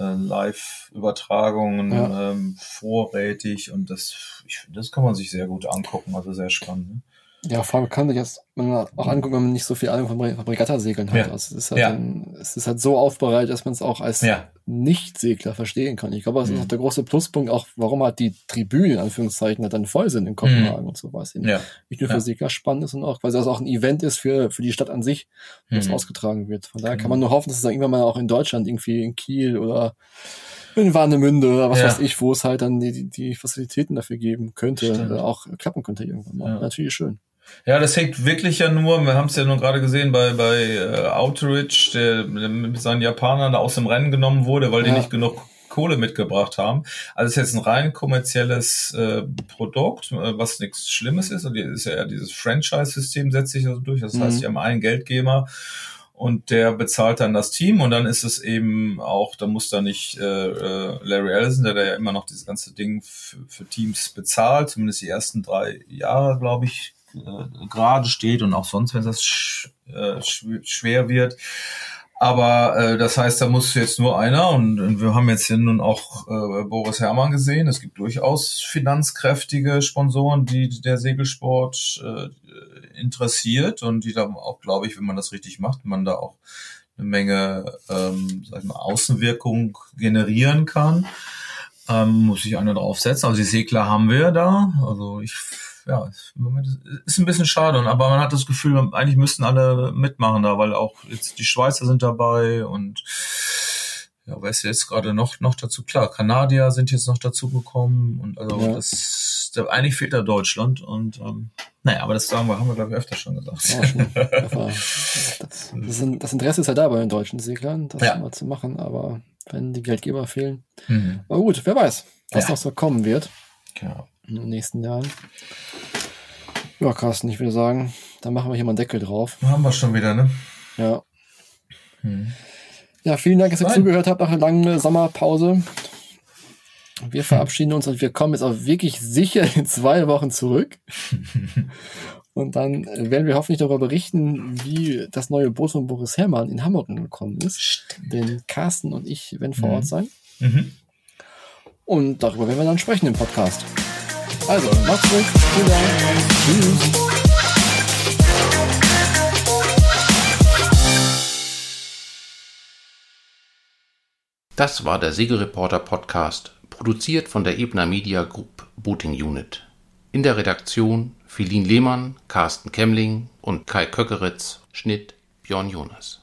Live-Übertragungen vorrätig und ich finde, das kann man sich sehr gut angucken, also sehr spannend. Ne? Ja, vor allem kann man sich auch angucken, wenn man nicht so viel Ahnung von Regattasegeln hat. Ja. Also es ist halt so aufbereitet, dass man es auch als Nicht-Segler verstehen kann. Ich glaube, das ist auch der große Pluspunkt, auch warum halt die Tribünen, in Anführungszeichen, halt dann voll sind in Kopenhagen und sowas. Nicht nur für Segler spannend ist, sondern auch, weil es auch ein Event ist für die Stadt an sich, wo es ausgetragen wird. Von daher kann man nur hoffen, dass es dann irgendwann mal auch in Deutschland irgendwie in Kiel oder in Warnemünde oder was weiß ich, wo es halt dann die Facilitäten dafür geben könnte, oder auch klappen könnte irgendwann mal. Natürlich schön. Ja, das hängt wirklich ja nur, wir haben es ja nur gerade gesehen bei Outeridge, der mit seinen Japanern da aus dem Rennen genommen wurde, weil die nicht genug Kohle mitgebracht haben. Also es ist jetzt ein rein kommerzielles Produkt, was nichts Schlimmes ist. Und ist ja dieses Franchise-System setzt sich also durch. Das heißt, die haben einen Geldgeber und der bezahlt dann das Team und dann ist es eben auch, da muss da nicht Larry Ellison, der ja immer noch dieses ganze Ding für Teams bezahlt, zumindest die ersten 3 Jahre, glaube ich, gerade steht und auch sonst, wenn das schwer wird. Aber das heißt, da muss jetzt nur einer und wir haben jetzt hier nun auch Boris Herrmann gesehen. Es gibt durchaus finanzkräftige Sponsoren, die der Segelsport interessiert und die da auch, glaube ich, wenn man das richtig macht, man da auch eine Menge sag ich mal, Außenwirkung generieren kann. Muss sich einer draufsetzen. Also die Segler haben wir da. Also im Moment ist ein bisschen schade, aber man hat das Gefühl, eigentlich müssten alle mitmachen da, weil auch jetzt die Schweizer sind dabei und ja, wer ist jetzt gerade noch dazu? Klar, Kanadier sind jetzt noch dazu gekommen und also eigentlich fehlt da Deutschland und aber das haben wir glaube ich öfter schon gesagt. Das Interesse ist ja da bei den deutschen Seglern, das mal zu machen, aber wenn die Geldgeber fehlen. Aber gut, wer weiß, was noch so kommen wird. Genau. In den nächsten Jahren. Ja, Carsten, ich würde sagen, dann machen wir hier mal einen Deckel drauf. Haben wir schon wieder, ne? Ja. Ja, vielen Dank, dass ihr zugehört habt nach einer langen Sommerpause. Wir verabschieden uns und wir kommen jetzt auch wirklich sicher in 2 Wochen zurück. Und dann werden wir hoffentlich darüber berichten, wie das neue Boot von Boris Herrmann in Hamburg gekommen ist. Stimmt. Denn Carsten und ich werden vor Ort sein. Und darüber werden wir dann sprechen im Podcast. Also, macht's gut. Vielen Dank. Tschüss. Das war der Segelreporter Podcast, produziert von der Ebner Media Group Booting Unit. In der Redaktion Philin Lehmann, Carsten Kemmling und Kai Köckeritz, Schnitt Björn Jonas.